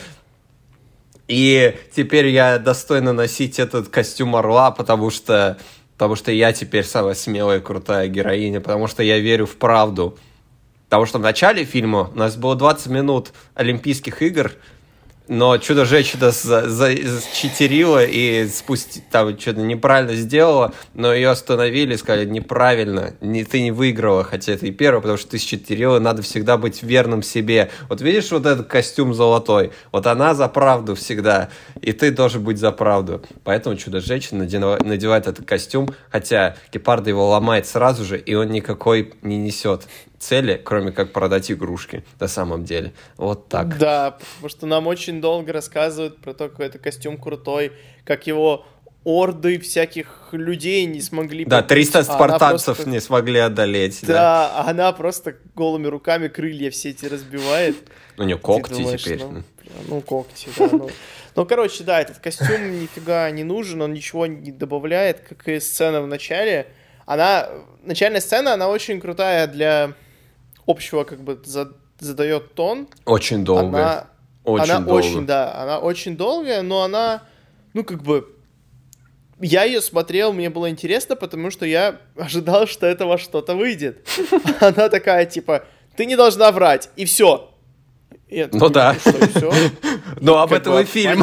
и теперь я достойна носить этот костюм орла, потому что, потому что я теперь самая смелая, крутая героиня, потому что я верю в правду. Потому что в начале фильма у нас было двадцать минут Олимпийских игр, но Чудо-женщина читерила и спусти, там что-то неправильно сделала, но ее остановили и сказали: неправильно, не, ты не выиграла, хотя это и первое, потому что ты читерила, надо всегда быть верным себе. Вот видишь вот этот костюм золотой? Вот она за правду всегда, и ты должен быть за правду. Поэтому Чудо-женщина надевает этот костюм, хотя гепарда его ломает сразу же, и он никакой не несет цели, кроме как продать игрушки на самом деле. Вот так. Да, потому что нам очень долго рассказывают про то, какой это костюм крутой, как его орды всяких людей не смогли... Да, триста спартанцев просто... не смогли одолеть. Да, да, она просто голыми руками крылья все эти разбивает. У нее когти думаешь, теперь. Ну, ну когти, да. Ну. ну, короче, да, этот костюм нифига не нужен, он ничего не добавляет, как и сцена в начале. Она... Начальная сцена, она очень крутая для... общего как бы задает тон. Очень долго. Она, очень она долго. очень, да, она очень долгая, но она, ну как бы, я ее смотрел, мне было интересно, потому что я ожидал, что это во что-то выйдет. Она такая, типа, ты не должна врать, и все. Ну да. Но об этом и фильм.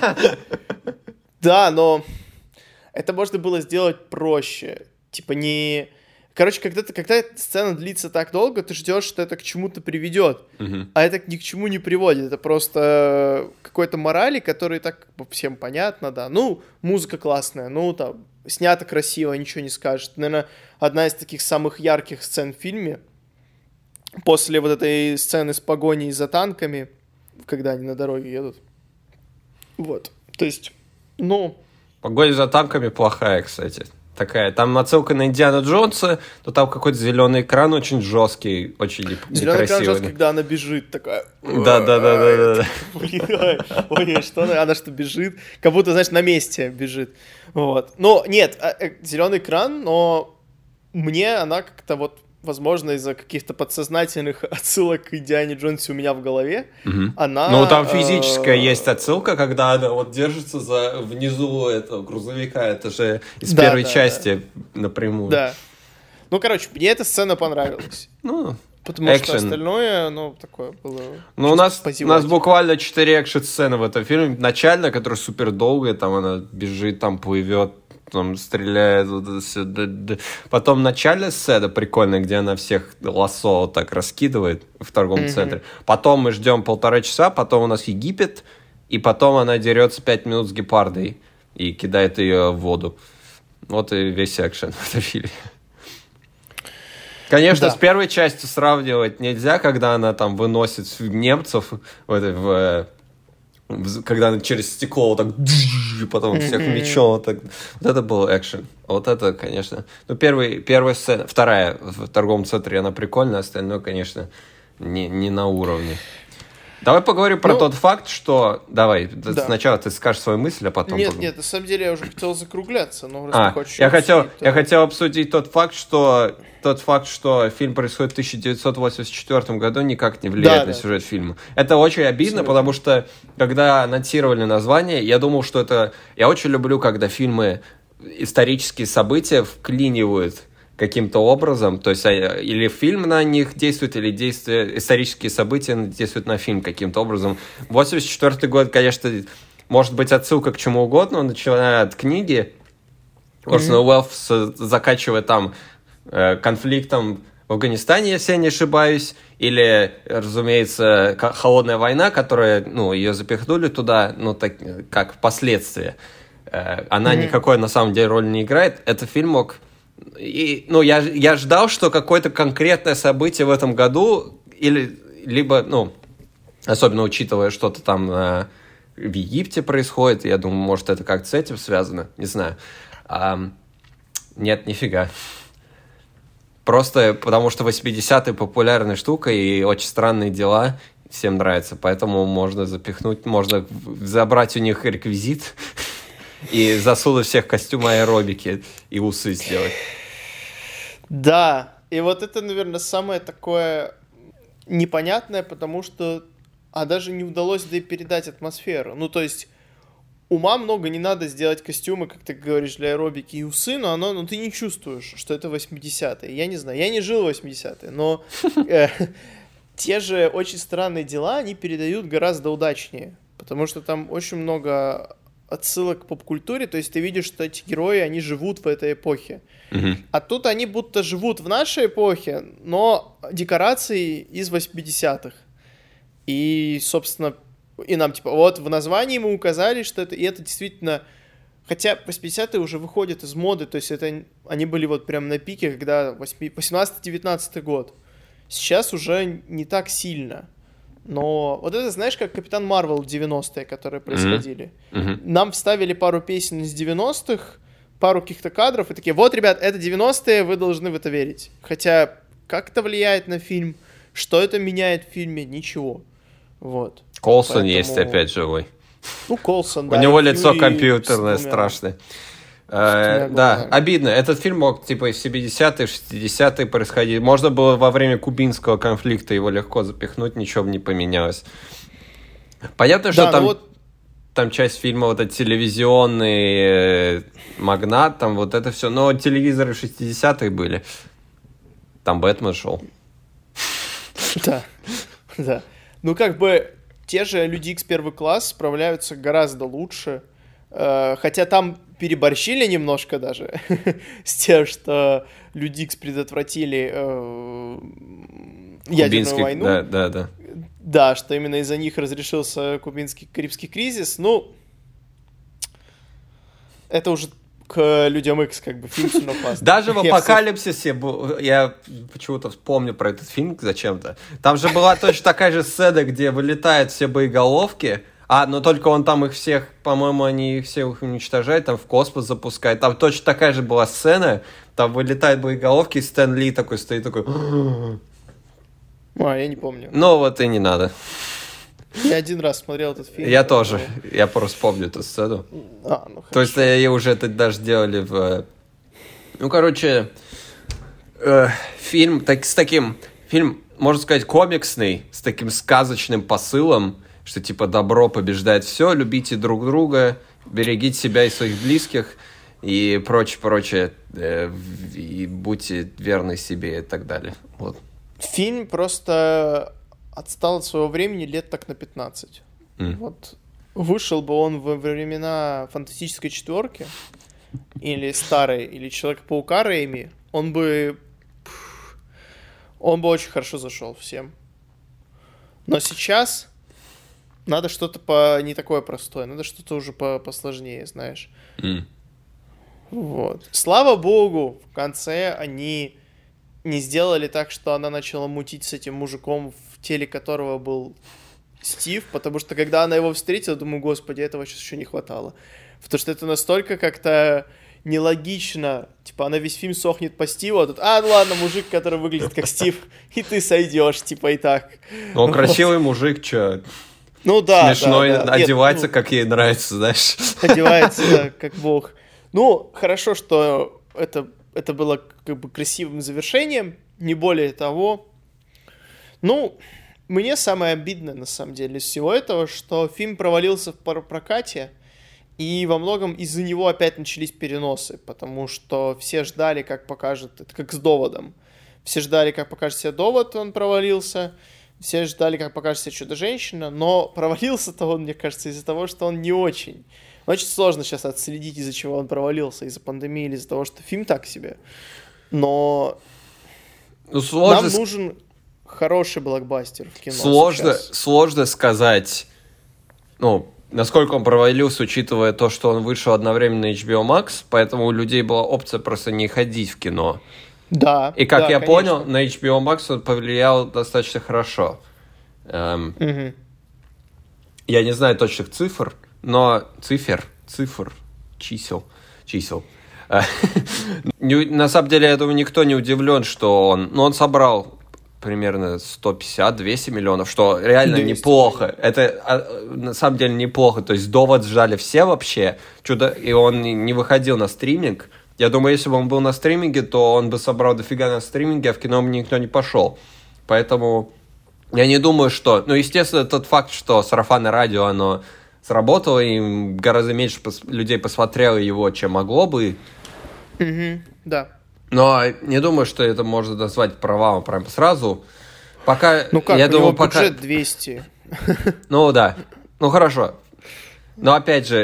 Да, но это можно было сделать проще. Типа не... Короче, когда, ты, когда сцена длится так долго, ты ждешь, что это к чему-то приведет. Uh-huh. А это ни к чему не приводит. Это просто какой-то морали, который так всем понятно, да. Ну, музыка классная, ну, там, снято красиво, ничего не скажешь. Наверное, одна из таких самых ярких сцен в фильме. После вот этой сцены с погоней за танками, когда они на дороге едут. Вот. То есть, ну... Погоня за танками плохая, кстати. Такая, там отсылка на Индиана Джонса, то там какой-то зеленый экран очень жесткий, очень некрасивый. Зеленый экран жесткий, когда она бежит, такая... Да-да-да-да-да. Ой, что она, она что, бежит? Как будто, знаешь, на месте бежит. Вот. Но нет, зеленый экран, но мне она как-то вот, возможно, из-за каких-то подсознательных отсылок к Индиане Джонсу у меня в голове, угу. она... Ну, там физическая э... есть отсылка, когда она вот держится за внизу этого грузовика, это же из да, первой да, части да. напрямую. Да. Ну, короче, мне эта сцена понравилась. Ну, потому action. Что остальное, ну, такое было... Ну, у нас, у нас буквально четыре экшн-сцены в этом фильме. Начальная, которая супер долгая, там она бежит, там плывет, там стреляет, потом начальная сцена прикольная, где она всех лассо вот так раскидывает в торговом mm-hmm. центре, потом мы ждем полтора часа, потом у нас Египет, и потом она дерется пять минут с гепардой и кидает ее в воду. Вот и весь экшен в этом фильме. Конечно, да. С первой частью сравнивать нельзя, когда она там выносит немцев в этой, в когда она через стекло вот так, потом всех мечом вот так. Вот это был экшен. Вот это, конечно. Ну, первый, первая сцена, вторая в торговом центре, она прикольная, остальное, конечно, не, не на уровне. Давай поговорим про ну, тот факт, что... Давай, да. Сначала ты скажешь свою мысль, а потом... Нет, поговорим. нет, на самом деле я уже хотел закругляться, но раз а, ты хочешь... Я хотел, обсудить, то... я хотел обсудить тот факт, что... Тот факт, что фильм происходит в тысяча девятьсот восемьдесят четвёртом году, никак не влияет да, на да. сюжет фильма. Это очень обидно, Абсолютно. Потому что, когда анонсировали название, я думал, что это... Я очень люблю, когда фильмы исторические события вклинивают каким-то образом, то есть или фильм на них действует, или действия, исторические события действуют на фильм каким-то образом. восемьдесят четвёртый год, конечно, может быть отсылка к чему угодно, начиная от книги. Орсон Уэллс заканчивая там э, конфликтом в Афганистане, если я не ошибаюсь, или, разумеется, холодная война, которая, ну, ее запихнули туда, ну, так, как впоследствии. Э, она mm-hmm. никакой, на самом деле, роли не играет. Этот фильм мог... И, ну, я, я ждал, что какое-то конкретное событие в этом году, или, либо, ну, особенно учитывая что-то там э, в Египте происходит, я думаю, может, это как-то с этим связано, не знаю. А, нет, нифига. Просто потому, что восьмидесятые популярная штука и очень странные дела всем нравятся, поэтому можно запихнуть, можно забрать у них реквизит и засунуть всех костюмы аэробики и усы сделать. Да, и вот это, наверное, самое такое непонятное, потому что а даже не удалось да и передать атмосферу. Ну, то есть ума много не надо сделать костюмы, как ты говоришь, для аэробики и усы, но, оно, но ты не чувствуешь, что это восьмидесятые. Я не знаю, я не жил в восьмидесятые, но э, те же очень странные дела они передают гораздо удачнее, потому что там очень много отсылок к поп-культуре, то есть ты видишь, что эти герои, они живут в этой эпохе. Mm-hmm. А тут они будто живут в нашей эпохе, но декорации из восьмидесятых. И, собственно, и нам, типа, вот в названии мы указали, что это, и это действительно... Хотя восьмидесятые уже выходят из моды, то есть это они были вот прям на пике, когда восемнадцатый-девятнадцатый год. Сейчас уже не так сильно. Но вот это, знаешь, как Капитан Марвел в девяностые, которые происходили. Mm-hmm. Нам вставили пару песен из девяностых, пару каких-то кадров, и такие, вот, ребят, это девяностые, вы должны в это верить. Хотя, как это влияет на фильм, что это меняет в фильме, ничего. Вот. Колсон Поэтому... есть опять живой. Ну, Колсон, да. У него лицо компьютерное, страшное. Э, да, обидно. Этот фильм мог типа в семидесятые, шестидесятые происходить. Можно было во время кубинского конфликта его легко запихнуть, ничего бы не поменялось. Понятно, что да, там, вот... там часть фильма вот этот телевизионный э, магнат, там вот это все. Но телевизоры в шестидесятых были. Там Бэтмен шел. Да, да. Ну, как бы те же Люди Икс первый класс справляются гораздо лучше. Хотя там переборщили немножко даже с тем, что Люди Икс предотвратили э, ядерную Кубинский, войну. Да, да, да. Да, что именно из-за них разрешился кубинский Карибский кризис. Ну, это уже к Людям Икс как бы фильм все равно классный. Даже в «Апокалипсисе» я почему-то вспомню про этот фильм зачем-то. Там же была точно такая же сцена, где вылетают все боеголовки, А, но только он там их всех, по-моему, они их всех уничтожают, там в космос запускает. Там точно такая же была сцена, там вылетают боеголовки, и Стэн Ли такой стоит, такой... А, я не помню. Ну вот и не надо. Я один раз смотрел этот фильм. Я тоже, я просто помню эту сцену. А, ну То есть ее уже это даже делали в... Ну, короче, э, фильм так, с таким... Фильм, можно сказать, комиксный, с таким сказочным посылом, что типа добро побеждает все, любите друг друга, берегите себя и своих близких и прочее, прочее, э, и будьте верны себе и так далее. Вот. Фильм просто отстал от своего времени лет так на пятнадцать. Mm. Вот. Вышел бы он во времена Фантастической четверки или старой, или Человека-паука Рэйми, он бы он бы очень хорошо зашел всем. Но сейчас надо что-то по не такое простое, надо что-то уже по посложнее, знаешь. Mm. Вот. Слава богу, в конце они не сделали так, что она начала мутить с этим мужиком, в теле которого был Стив, потому что когда она его встретила, думаю, господи, этого сейчас еще не хватало. Потому что это настолько как-то нелогично. Типа, она весь фильм сохнет по Стиву, а тут, а, ну ладно, мужик, который выглядит как Стив, и ты сойдешь, типа, и так. Ну, он красивый мужик, чё? Ну да, смешной, да, да. одевается, Нет, ну, как ей нравится, знаешь. Одевается, да, как бог. Ну, хорошо, что это, это было как бы красивым завершением, не более того. Ну, мне самое обидное, на самом деле, из всего этого, что фильм провалился в прокате, и во многом из-за него опять начались переносы, потому что все ждали, как покажет, это как с «Доводом». Все ждали, как покажет себя «Довод», он провалился. Все ждали, как покажет себя «Чудо-женщина», но провалился-то он, мне кажется, из-за того, что он не очень. Очень сложно сейчас отследить, из-за чего он провалился, из-за пандемии или из-за того, что фильм так себе. Но ну, сложно... нам нужен хороший блокбастер в кино. Сложно, сложно сказать, ну, насколько он провалился, учитывая то, что он вышел одновременно на эйч би о Max, поэтому у людей была опция просто не ходить в кино. Да. И как да, я конечно. понял, на эйч би о Max он повлиял достаточно хорошо. Эм, угу. Я не знаю точных цифр, но цифр, цифр, чисел, чисел. На самом деле, я думаю, никто не удивлен, что он... Ну, он собрал примерно сто пятьдесят - двести миллионов, что реально двести неплохо. Это на самом деле неплохо. То есть «Довод» ждали все вообще. Чудо... И он не выходил на стриминг. Я думаю, если бы он был на стриминге, то он бы собрал дофига на стриминге, а в кино бы никто не пошел. Поэтому я не думаю, что... Ну, естественно, тот факт, что сарафанное радио, оно сработало, и гораздо меньше пос... людей посмотрело его, чем могло бы. Угу, да. Но не думаю, что это можно назвать провалом прямо сразу. Пока... Ну как, я у думаю, него пока... бюджет двести. Ну да. Ну хорошо. Но опять же,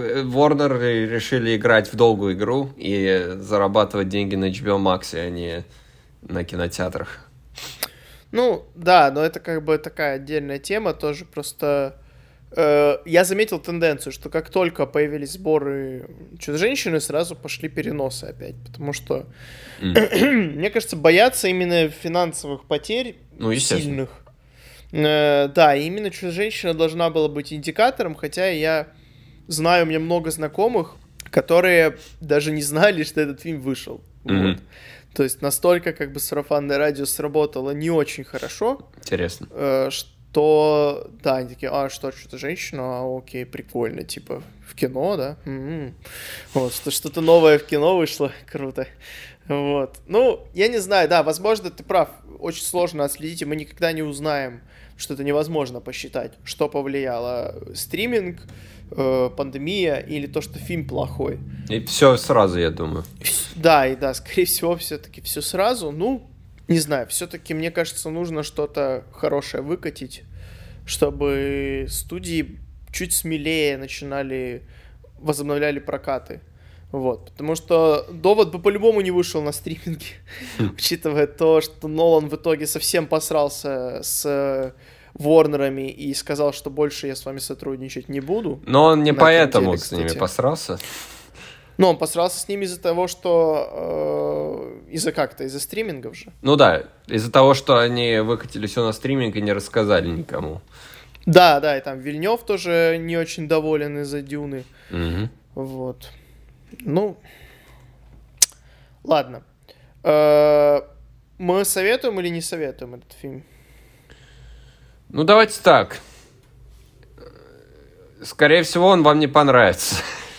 Warner решили играть в долгую игру и зарабатывать деньги на эйч би о Max, а не на кинотеатрах. Ну, да, но это как бы такая отдельная тема, тоже просто... Э, я заметил тенденцию, что как только появились сборы Чудо-женщины, сразу пошли переносы опять, потому что, mm. мне кажется, боятся именно финансовых потерь ну, сильных. Э, да, и именно Чудо-женщина должна была быть индикатором, хотя я знаю, у меня много знакомых, которые даже не знали, что этот фильм вышел. Mm-hmm. Вот. То есть настолько как бы сарафанное радио сработало не очень хорошо. Интересно. Э, что, да, они такие, а, что, что-то женщина, а, окей, прикольно, типа, в кино, да? М-м-м. Вот, что, что-то новое в кино вышло, круто. Вот. Ну, я не знаю, да, возможно, ты прав, очень сложно отследить, и мы никогда не узнаем, что это невозможно посчитать, что повлияло, стриминг, э, пандемия или то, что фильм плохой. И все сразу, я думаю. Да, и да, скорее всего, все-таки все сразу. Ну, не знаю, все-таки, мне кажется, нужно что-то хорошее выкатить, чтобы студии чуть смелее начинали, возобновляли прокаты. Вот, потому что «Довод» бы по-любому не вышел на стриминге, учитывая то, что Нолан в итоге совсем посрался с Ворнерами и сказал, что больше я с вами сотрудничать не буду. Но он не поэтому с ними посрался. Ну, он посрался с ними из-за того, что... Э, из-за как-то, из-за стримингов же. Ну да, из-за того, что они выкатили все на стриминг и не рассказали никому. Да, да, и там Вильнёв тоже не очень доволен из-за Дюны. Угу. Вот. Ну, ладно. Э, Мы советуем или не советуем этот фильм? Ну, давайте так. Скорее всего, он вам не понравится.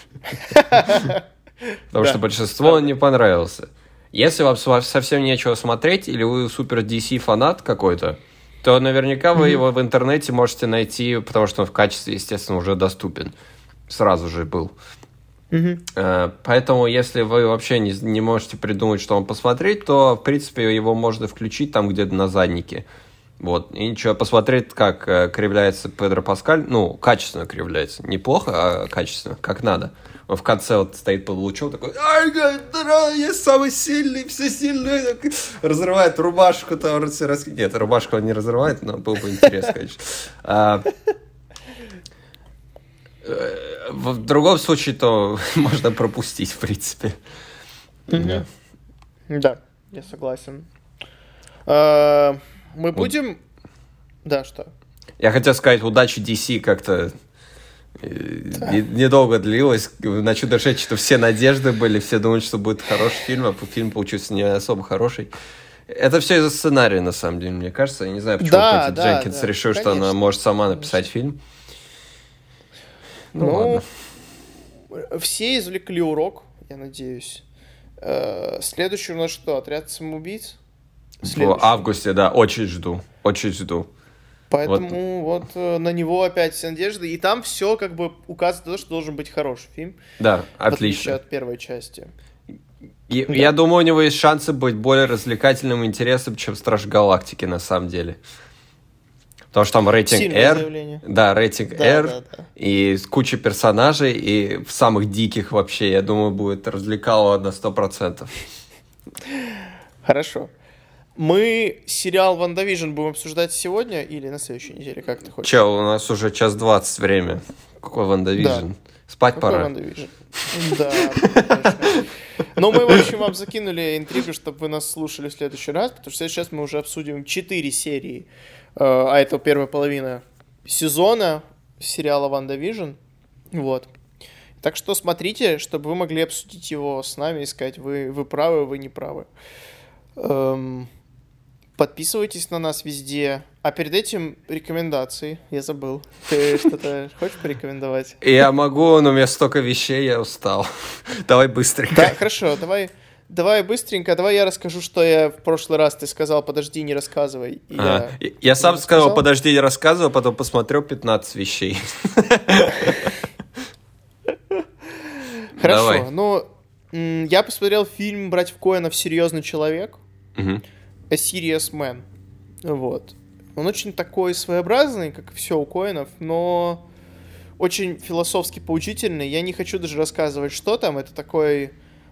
Потому что большинство он не понравился. Если вам совсем нечего смотреть, или вы супер ди си фанат какой-то, то наверняка вы его в интернете можете найти, потому что он в качестве, естественно, уже доступен. Сразу же был. Uh-huh. Поэтому, если вы вообще не, не можете придумать, что вам посмотреть, то, в принципе, его можно включить там где-то на заднике. Вот. И ничего, посмотреть, как кривляется Педро Паскаль. Ну, качественно кривляется. Неплохо, а качественно, как надо. Он в конце вот стоит под лучом, такой: «Ай, да, я самый сильный, все сильные». Разрывает рубашку. Там, раз... Нет, рубашку он не разрывает, но было бы интересно, конечно. А... В другом случае, то можно пропустить, в принципе. Mm-hmm. Да. да, я согласен. А, мы будем... Да, что? Я хотел сказать, удачи ди си как-то да. недолго длилась. На «Чудо-шествие» все надежды были, все думали, что будет хороший фильм, а фильм получился не особо хороший. Это все из-за сценария, на самом деле, мне кажется. Я не знаю, почему да, Пэтти да, Дженкинс да, решил, конечно, что она может сама написать конечно. фильм. Ну, ну все извлекли урок, я надеюсь. Э, следующий у нас что? «Отряд самоубийц»? В августе, да, очень жду, очень жду. Поэтому вот, вот на него опять все надежды. И там все как бы указывает на то, что должен быть хороший фильм. Да, отлично. От первой части. И, да. Я думаю, у него есть шансы быть более развлекательным и интересным, чем «Стражи Галактики», на самом деле. Потому что там рейтинг Сильное R, заявление. да, рейтинг да, R, да, да. и куча персонажей, и в самых диких вообще, я думаю, будет развлекало на сто процентов. Хорошо. Мы сериал «WandaVision» будем обсуждать сегодня или на следующей неделе, как ты хочешь? Че, у нас уже час двадцать время. Какой «WandaVision»? Да. Спать Какой пора. WandaVision? Да, конечно. Но мы, в общем, вам закинули интригу, чтобы вы нас слушали в следующий раз, потому что сейчас мы уже обсудим четыре серии, а это первая половина сезона сериала «WandaVision». Вот. Так что смотрите, чтобы вы могли обсудить его с нами и сказать, вы, вы правы, вы не правы. Эм, подписывайтесь на нас везде. А перед этим рекомендации. Я забыл. Ты что-то хочешь порекомендовать? Я могу, но у меня столько вещей, я устал. Давай быстренько. Да, хорошо, давай... Давай быстренько, давай я расскажу, что я в прошлый раз ты сказал, подожди, не рассказывай. И а, я я сам сказал, подожди, не рассказывай, а потом посмотрел пятнадцать вещей. Хорошо, давай. Ну, я посмотрел фильм «Братьев Коэнов. Серьезный человек». Угу. A Serious Man. Вот. Он очень такой своеобразный, как и все у Коэнов, но очень философски поучительный. Я не хочу даже рассказывать, что там. Это такой...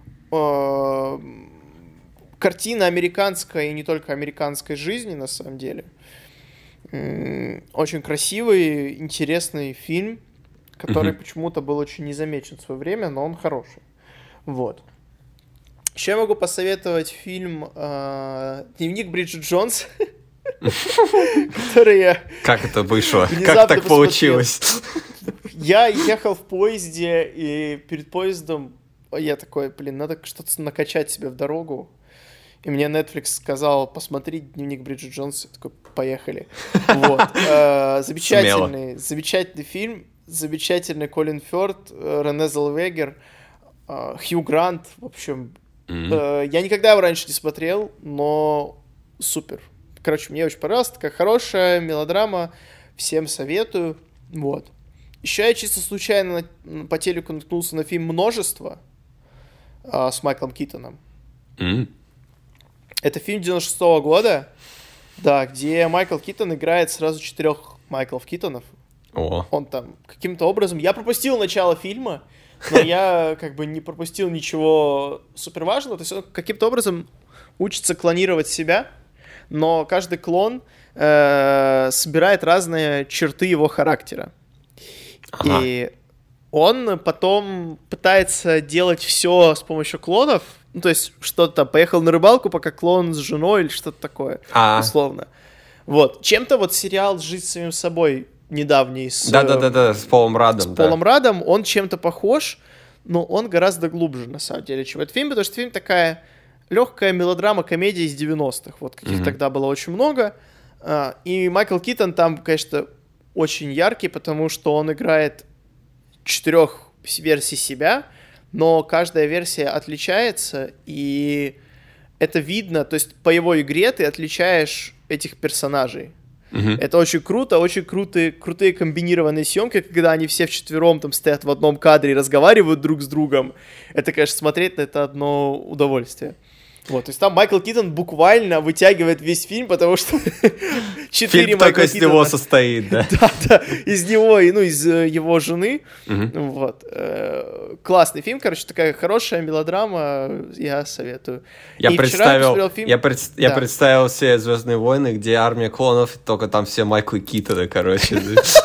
картина американской и не только американской жизни, на самом деле. Очень красивый, интересный фильм, который mm-hmm. почему-то был очень незамечен в свое время, но он хороший. Вот. Еще я могу посоветовать фильм э, «Дневник Бриджит Джонс», который я... Как это вышло? Как так получилось? Я ехал в поезде, и перед поездом я такой, блин, надо что-то накачать себе в дорогу. И мне Netflix сказал, посмотри «Дневник Бриджит Джонс». Я такой, поехали. Вот. Замечательный, замечательный фильм. Замечательный Колин Фёрд, Рене Зелвегер, Хью Грант. В общем, mm-hmm. я никогда его раньше не смотрел, но супер. Короче, мне очень понравилось. Такая хорошая мелодрама. Всем советую. Вот. Еще я чисто случайно по телеку наткнулся на фильм «Множество» с Майклом Китоном. Mm-hmm. Это фильм девяносто шестого года, да, где Майкл Китон играет сразу четырех Майклов Китонов. Oh. Он там каким-то образом... Я пропустил начало фильма, но я как бы не пропустил ничего суперважного. То есть он каким-то образом учится клонировать себя, но каждый клон э, собирает разные черты его характера. Ага. И он потом пытается делать все с помощью клонов. Ну, то есть, что-то там, поехал на рыбалку, пока клон с женой или что-то такое, А-а. условно. Вот. Чем-то вот сериал «Жить самим собой» недавний с... Да-да-да, с Полом Раддом. С Полом да. Раддом, он чем-то похож, но он гораздо глубже, на самом деле, чем этот фильм, потому что фильм такая легкая мелодрама, комедия из девяностых, вот каких mm-hmm. тогда было очень много. И Майкл Китон там, конечно, очень яркий, потому что он играет четырех версий себя, но каждая версия отличается, и это видно, то есть по его игре ты отличаешь этих персонажей. Uh-huh. Это очень круто, очень крутые, крутые комбинированные съемки, когда они все вчетвером там стоят в одном кадре и разговаривают друг с другом. Это, конечно, смотреть на это одно удовольствие. Вот, то есть там Майкл Китон буквально вытягивает весь фильм, потому что четыре фильм Майкла только Китона... из него состоит, да? Да, да, из него и, ну, из его жены. Uh-huh. Вот. Э, классный фильм, короче, такая хорошая мелодрама, я советую. Я и представил, я, фильм... я, пред... да. я представил все «Звездные войны», где армия клонов, только там все Майклы Китона, короче.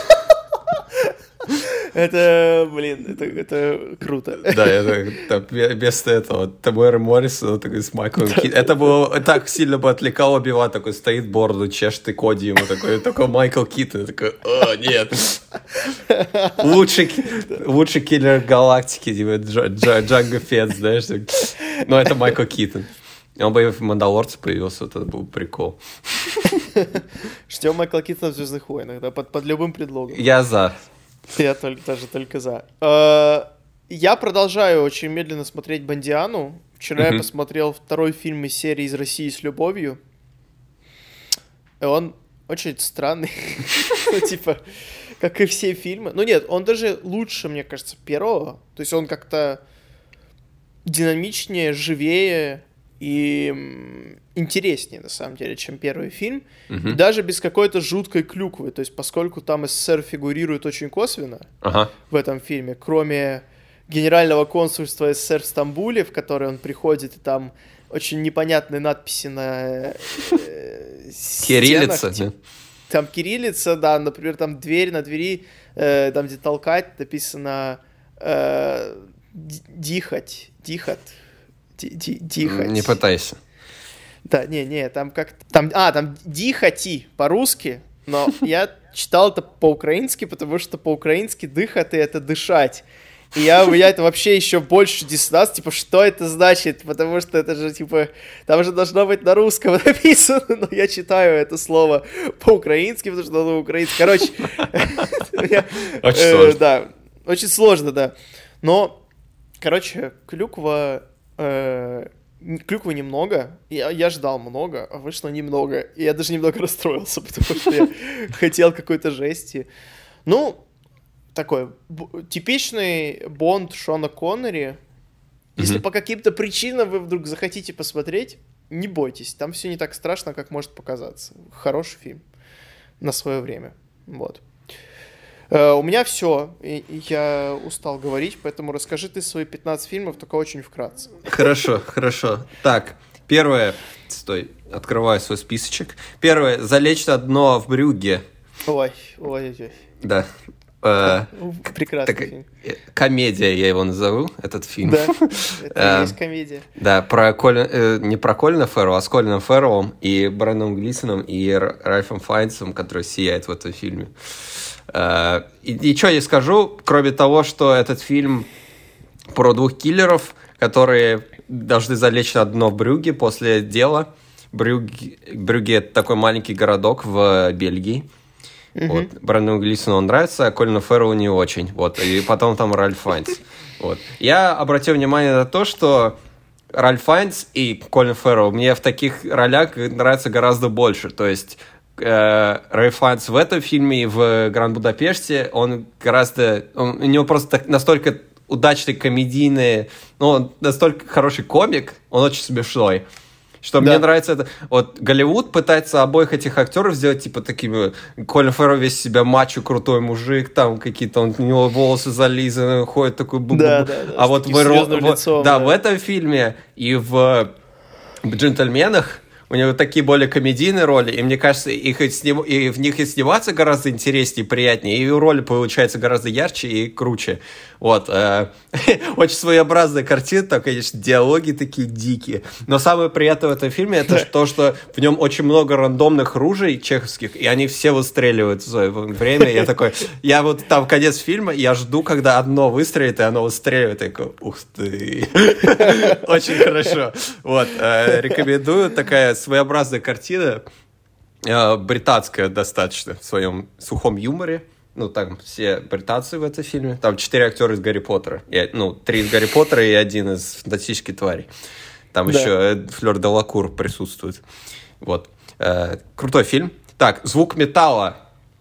Это, блин, это, это круто. Да, это вместо этого Тамуэра Моррисона такой с Майклом Китоном. Это было так сильно бы отвлекало Оби-Ван, такой стоит бороду, чешет и Коди ему такой, такой Майкл Китон, такой, о, нет. Лучший, лучший киллер галактики, типа Джанго Фетт, знаешь. Но это Майкл Китон. Он бы и в «Мандалорце» появился, вот это был прикол. Ждем Майкла Китона в «Звездных войнах», да, под, под любым предлогом. Я за. Я только, даже только за. Э, я продолжаю очень медленно смотреть «Бондиану». Вчера uh-huh. я посмотрел второй фильм из серии «Из России с любовью». И он очень странный. Ну, типа, как и все фильмы. Ну, нет, он даже лучше, мне кажется, первого. То есть он как-то динамичнее, живее и интереснее, на самом деле, чем первый фильм. Uh-huh. И даже без какой-то жуткой клюквы. То есть, поскольку там СССР фигурирует очень косвенно uh-huh. в этом фильме, кроме генерального консульства СССР в Стамбуле, в которое он приходит, и там очень непонятные надписи на э, кириллица, да? Там кириллица, да, например, там дверь, на двери, э, там где толкать, написано э, дихать, дихать. Дихать. Не пытайся. Да, не, не, там как там, а, там дихати по-русски, но я читал это по-украински, потому что по-украински дыхати — это дышать. И я, у меня это вообще еще больше диссонанс, типа, что это значит, потому что это же, типа, там же должно быть на русском написано, но я читаю это слово по-украински, потому что оно украинское. Короче, очень сложно. Да, очень сложно, да. Но, короче, клюква... Клюквы немного, я, я ждал много, а вышло немного, и я даже немного расстроился, потому что я хотел какой-то жести. Ну, такой б- типичный Бонд Шона Коннери. Если mm-hmm. по каким-то причинам вы вдруг захотите посмотреть, не бойтесь, там все не так страшно, как может показаться. Хороший фильм на свое время, вот. Uh, у меня все. Я устал говорить, поэтому расскажи ты свои пятнадцать фильмов, только очень вкратце. Хорошо, хорошо. Так, первое... Стой, открываю свой списочек. Первое. «Залечь на дно в Брюгге». Ой, ой, ой. Да. Uh, Прекрасный так, фильм. Комедия я его назову, этот фильм. Да, это и есть комедия. Да, про Колин, э, не про Колина Феррелла, а с Колином Ферреллом и Брэндоном Глисоном и Ральфом Файнсом, который сияет в этом фильме. Uh, и ничего не скажу, кроме того, что этот фильм про двух киллеров, которые должны залечь на дно в Брюгге после дела. Брюгге, Брюгге — это такой маленький городок в Бельгии. Mm-hmm. Вот. Брэндону Глисону он нравится, а Колину Ферреллу не очень. Вот. И потом там Ральф Файнс. Вот. Я обратил внимание на то, что Ральф Файнс и Колин Феррелл мне в таких ролях нравятся гораздо больше. То есть Ральф Файнс в этом фильме и в «Гранд Будапеште», он гораздо... Он, у него просто так, настолько удачный комедийный... Ну, он настолько хороший комик, он очень смешной. Что да. Мне нравится это... Вот Голливуд пытается обоих этих актеров сделать, типа, такими... Колин Феррелл весь себя мачо, крутой мужик, там какие-то... Он, у него волосы зализаны, ходит такой... Да, да, да, а вот в, лицом, в, да. да, в этом фильме и в «Джентльменах» у него такие более комедийные роли, и мне кажется, их и, сним... и в них и сниматься гораздо интереснее и приятнее, и роли получаются гораздо ярче и круче. Вот. Очень своеобразная картина, там, конечно, диалоги такие дикие. Но самое приятное в этом фильме это то, что в нем очень много рандомных ружей чеховских, и они все выстреливают в свое время. Я такой, я вот там конец фильма, я жду, когда одно выстрелит, и оно выстреливает. Я такой, ух ты. Очень хорошо. Вот. Рекомендую. Такая своеобразная картина. Британская достаточно в своем сухом юморе. Ну, там все британцы в этом фильме. Там четыре актера из Гарри Поттера. И, ну, три из Гарри Поттера и один из «Фантастических тварей». Там да. еще Флёр де Лакур присутствует. Вот. Э, крутой фильм. Так, «Звук металла».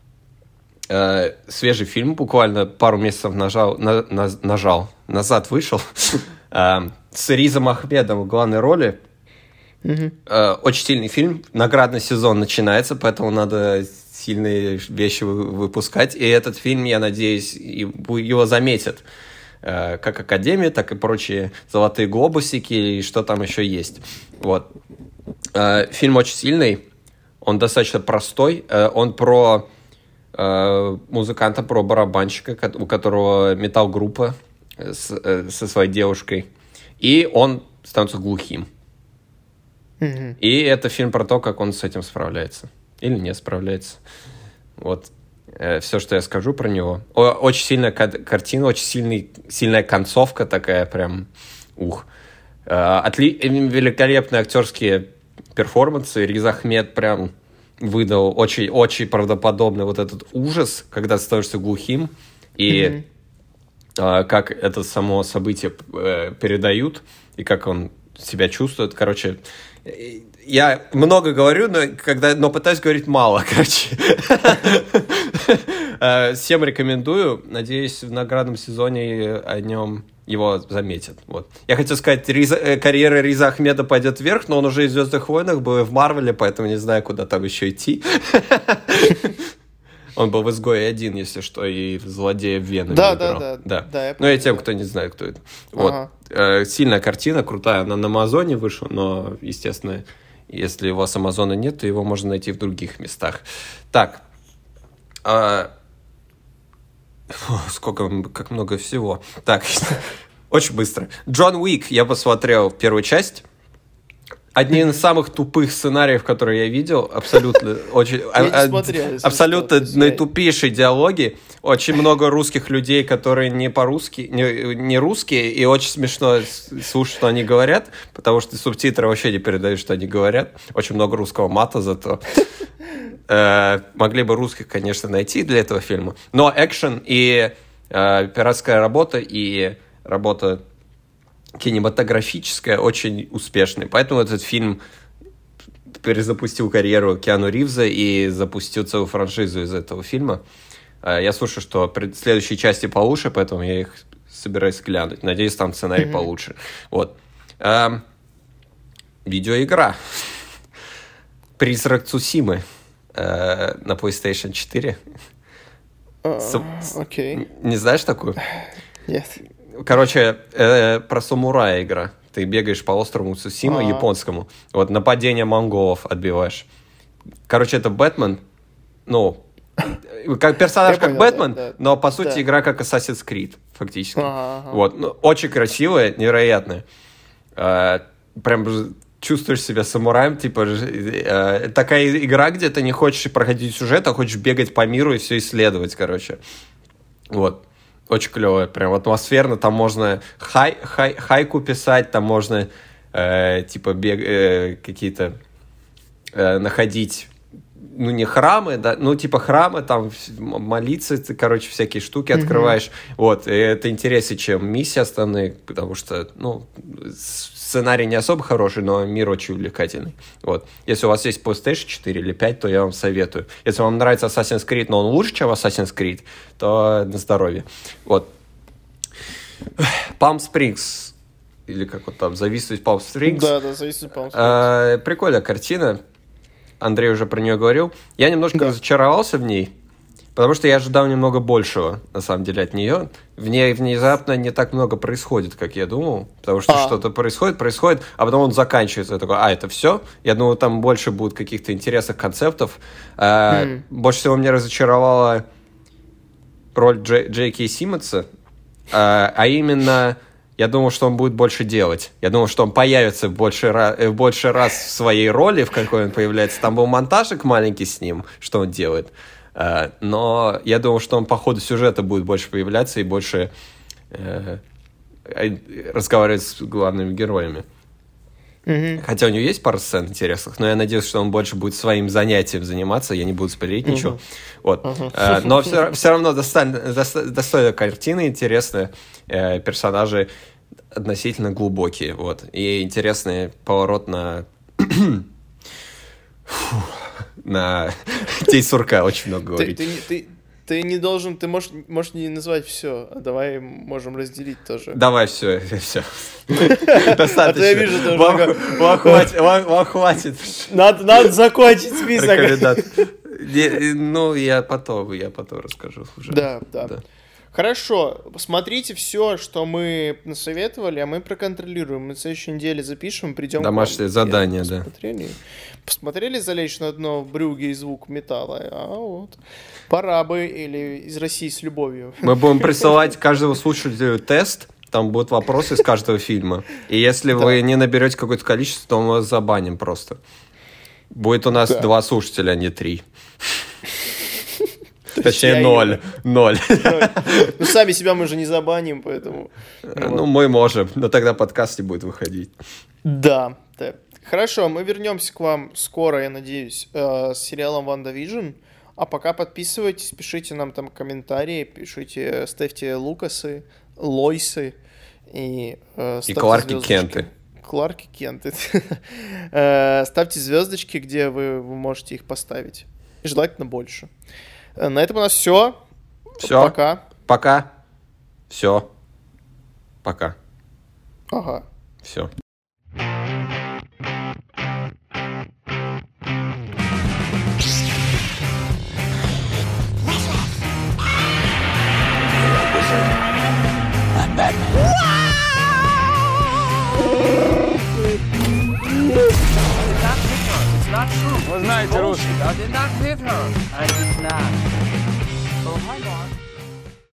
Э, свежий фильм. Буквально пару месяцев нажал, на, на, нажал. назад вышел. э, с Ризом Ахмедом в главной роли. Mm-hmm. Э, очень сильный фильм. Наградный сезон начинается, поэтому надо... сильные вещи выпускать. И этот фильм, я надеюсь, его заметят. Как Академия, так и прочие золотые глобусики и что там еще есть. Вот. Фильм очень сильный. Он достаточно простой. Он про музыканта, про барабанщика, у которого метал-группа со своей девушкой. И он становится глухим. Mm-hmm. И это фильм про то, как он с этим справляется. Или не справляется. Вот. Э, все, что я скажу про него. О, очень сильная ка- картина, очень сильный, сильная концовка такая прям... Ух. Э, отли- великолепные актерские перформансы. Риз Ахмед прям выдал очень-очень правдоподобный вот этот ужас, когда ты становишься глухим. И mm-hmm. э, как это само событие э, передают, и как он себя чувствует. Короче... Я много говорю, но, когда, но пытаюсь говорить мало, короче. Всем рекомендую. Надеюсь, в наградном сезоне о нем его заметят. Вот. Я хотел сказать, Риза, карьера Риза Ахмеда пойдет вверх, но он уже и в «Звездных войнах» был, и в «Марвеле», поэтому не знаю, куда там еще идти. Он был в «Изгое один», если что, и в «Злодея в Веноме» да, играл. Да, да, да. да. Ну, и тем, кто не знает, кто это. Вот. Ага. Сильная картина, крутая. Она на Амазоне вышла, но, естественно, если у вас Амазона нет, то его можно найти в других местах. Так. А... Фу, сколько, как много всего. Так, очень быстро. «Джон Уик» я посмотрел первую часть. Одни из самых тупых сценариев, которые я видел, абсолютно очень, а, смотрел, абсолютно наитупейшие диалоги, очень много русских людей, которые не по-русски, не, не русские, и очень смешно слушать, что они говорят, потому что субтитры вообще не передают, что они говорят. Очень много русского мата зато. Э, могли бы русских, конечно, найти для этого фильма, но экшен и э, пиратская работа и работа кинематографическая очень успешная. Поэтому этот фильм перезапустил карьеру Киану Ривза и запустил целую франшизу из этого фильма. Я слышу, что следующие части получше, поэтому я их собираюсь глянуть. Надеюсь, там сценарий mm-hmm. получше. Вот. А, видеоигра. «Призрак Цусимы» а, на PlayStation четыре. Окей. Uh, okay. Не знаешь такую? Нет. Короче, э, про самурая игра. Ты бегаешь по острову Цусима, uh-huh. японскому. Вот, нападение монголов отбиваешь. Короче, это Бэтмен. Ну, как персонаж Я как понял, Бэтмен, да, да. но по сути да. игра как Assassin's Creed, фактически. Uh-huh. Вот, ну, очень красивая, невероятная. Э, прям чувствуешь себя самураем. Типа, э, такая игра, где ты не хочешь проходить сюжет, а хочешь бегать по миру и все исследовать, короче. Вот. Очень клево, прям атмосферно, там можно хай, хай, хайку писать, там можно э, типа бег, э, какие-то э, находить, ну не храмы, да, ну типа храмы, там молиться, ты, короче, всякие штуки mm-hmm. открываешь, вот, и это интереснее, чем миссии основные, потому что, ну, сценарий не особо хороший, но мир очень увлекательный, вот. Если у вас есть PlayStation четыре или пять, то я вам советую. Если вам нравится Assassin's Creed, но он лучше, чем Assassin's Creed, то на здоровье, вот. Palm Springs, или как вот там, «Зависнуть Palm Springs». Да, да, «Зависнуть Palm Springs». А, прикольная картина. Андрей уже про нее говорил. Я немножко да. разочаровался в ней, Потому что я ожидал немного большего, на самом деле, от нее. В ней внезапно не так много происходит, как я думал. Потому что а. что-то происходит, происходит, а потом он заканчивается. Я такой, а, это все? Я думал, там больше будет каких-то интересных концептов. Mm. Больше всего меня разочаровала роль Джей, Джей Кей Симмонса. А, а именно... Я думал, что он будет больше делать. Я думал, что он появится больше раз, больше раз в своей роли, в какой он появляется. Там был монтажик маленький с ним, что он делает. Но я думал, что он по ходу сюжета будет больше появляться и больше э, разговаривать с главными героями. Mm-hmm. Хотя у него есть пара сцен интересных, но я надеюсь, что он больше будет своим занятием заниматься, я не буду спойлерить mm-hmm. ничего. Вот. Uh-huh. Uh, но все, все равно достойная досто, достойная картина, интересные э, персонажи, относительно глубокие. Вот. И интересный поворот на... на Тень сурка, очень много говорить. Ты, ты, ты, ты не должен, ты можешь, можешь не называть все, а давай можем разделить тоже. Давай все, все. Достаточно. Я вижу тоже. Вам хватит. Надо закончить список. Ну, я потом, я потом расскажу уже. Да, да. Хорошо, посмотрите все, что мы насоветовали, а мы проконтролируем. Мы в следующей неделе запишем, придем. Домашнее к вам, задание, да. Посмотрели, посмотрели «Залечь на дно» в брюге и звук металла. А вот. Пора бы, или «Из России с любовью». Мы будем присылать каждому слушателю тест. Там будут вопросы из каждого фильма. И если да. вы не наберете какое-то количество, то мы вас забаним просто. Будет у нас да. два слушателя, а не три. Точнее, ноль. Ноль. Ну, сами себя мы же не забаним, поэтому... Ну, мы можем, но тогда подкаст не будет выходить. Да, да. Хорошо, мы вернемся к вам скоро, я надеюсь, с сериалом «WandaVision». А пока подписывайтесь, пишите нам там комментарии, пишите, ставьте Лукасы, Лойсы и И Кларки Кенты. Кларки Кенты. Ставьте звездочки, где вы можете их поставить. И желательно больше. На этом у нас все. Все. Пока. Пока. Все. Пока. Ага. Все. I'm Batman. Вы знаете русский. I did not hit her. I did not. Oh, my God.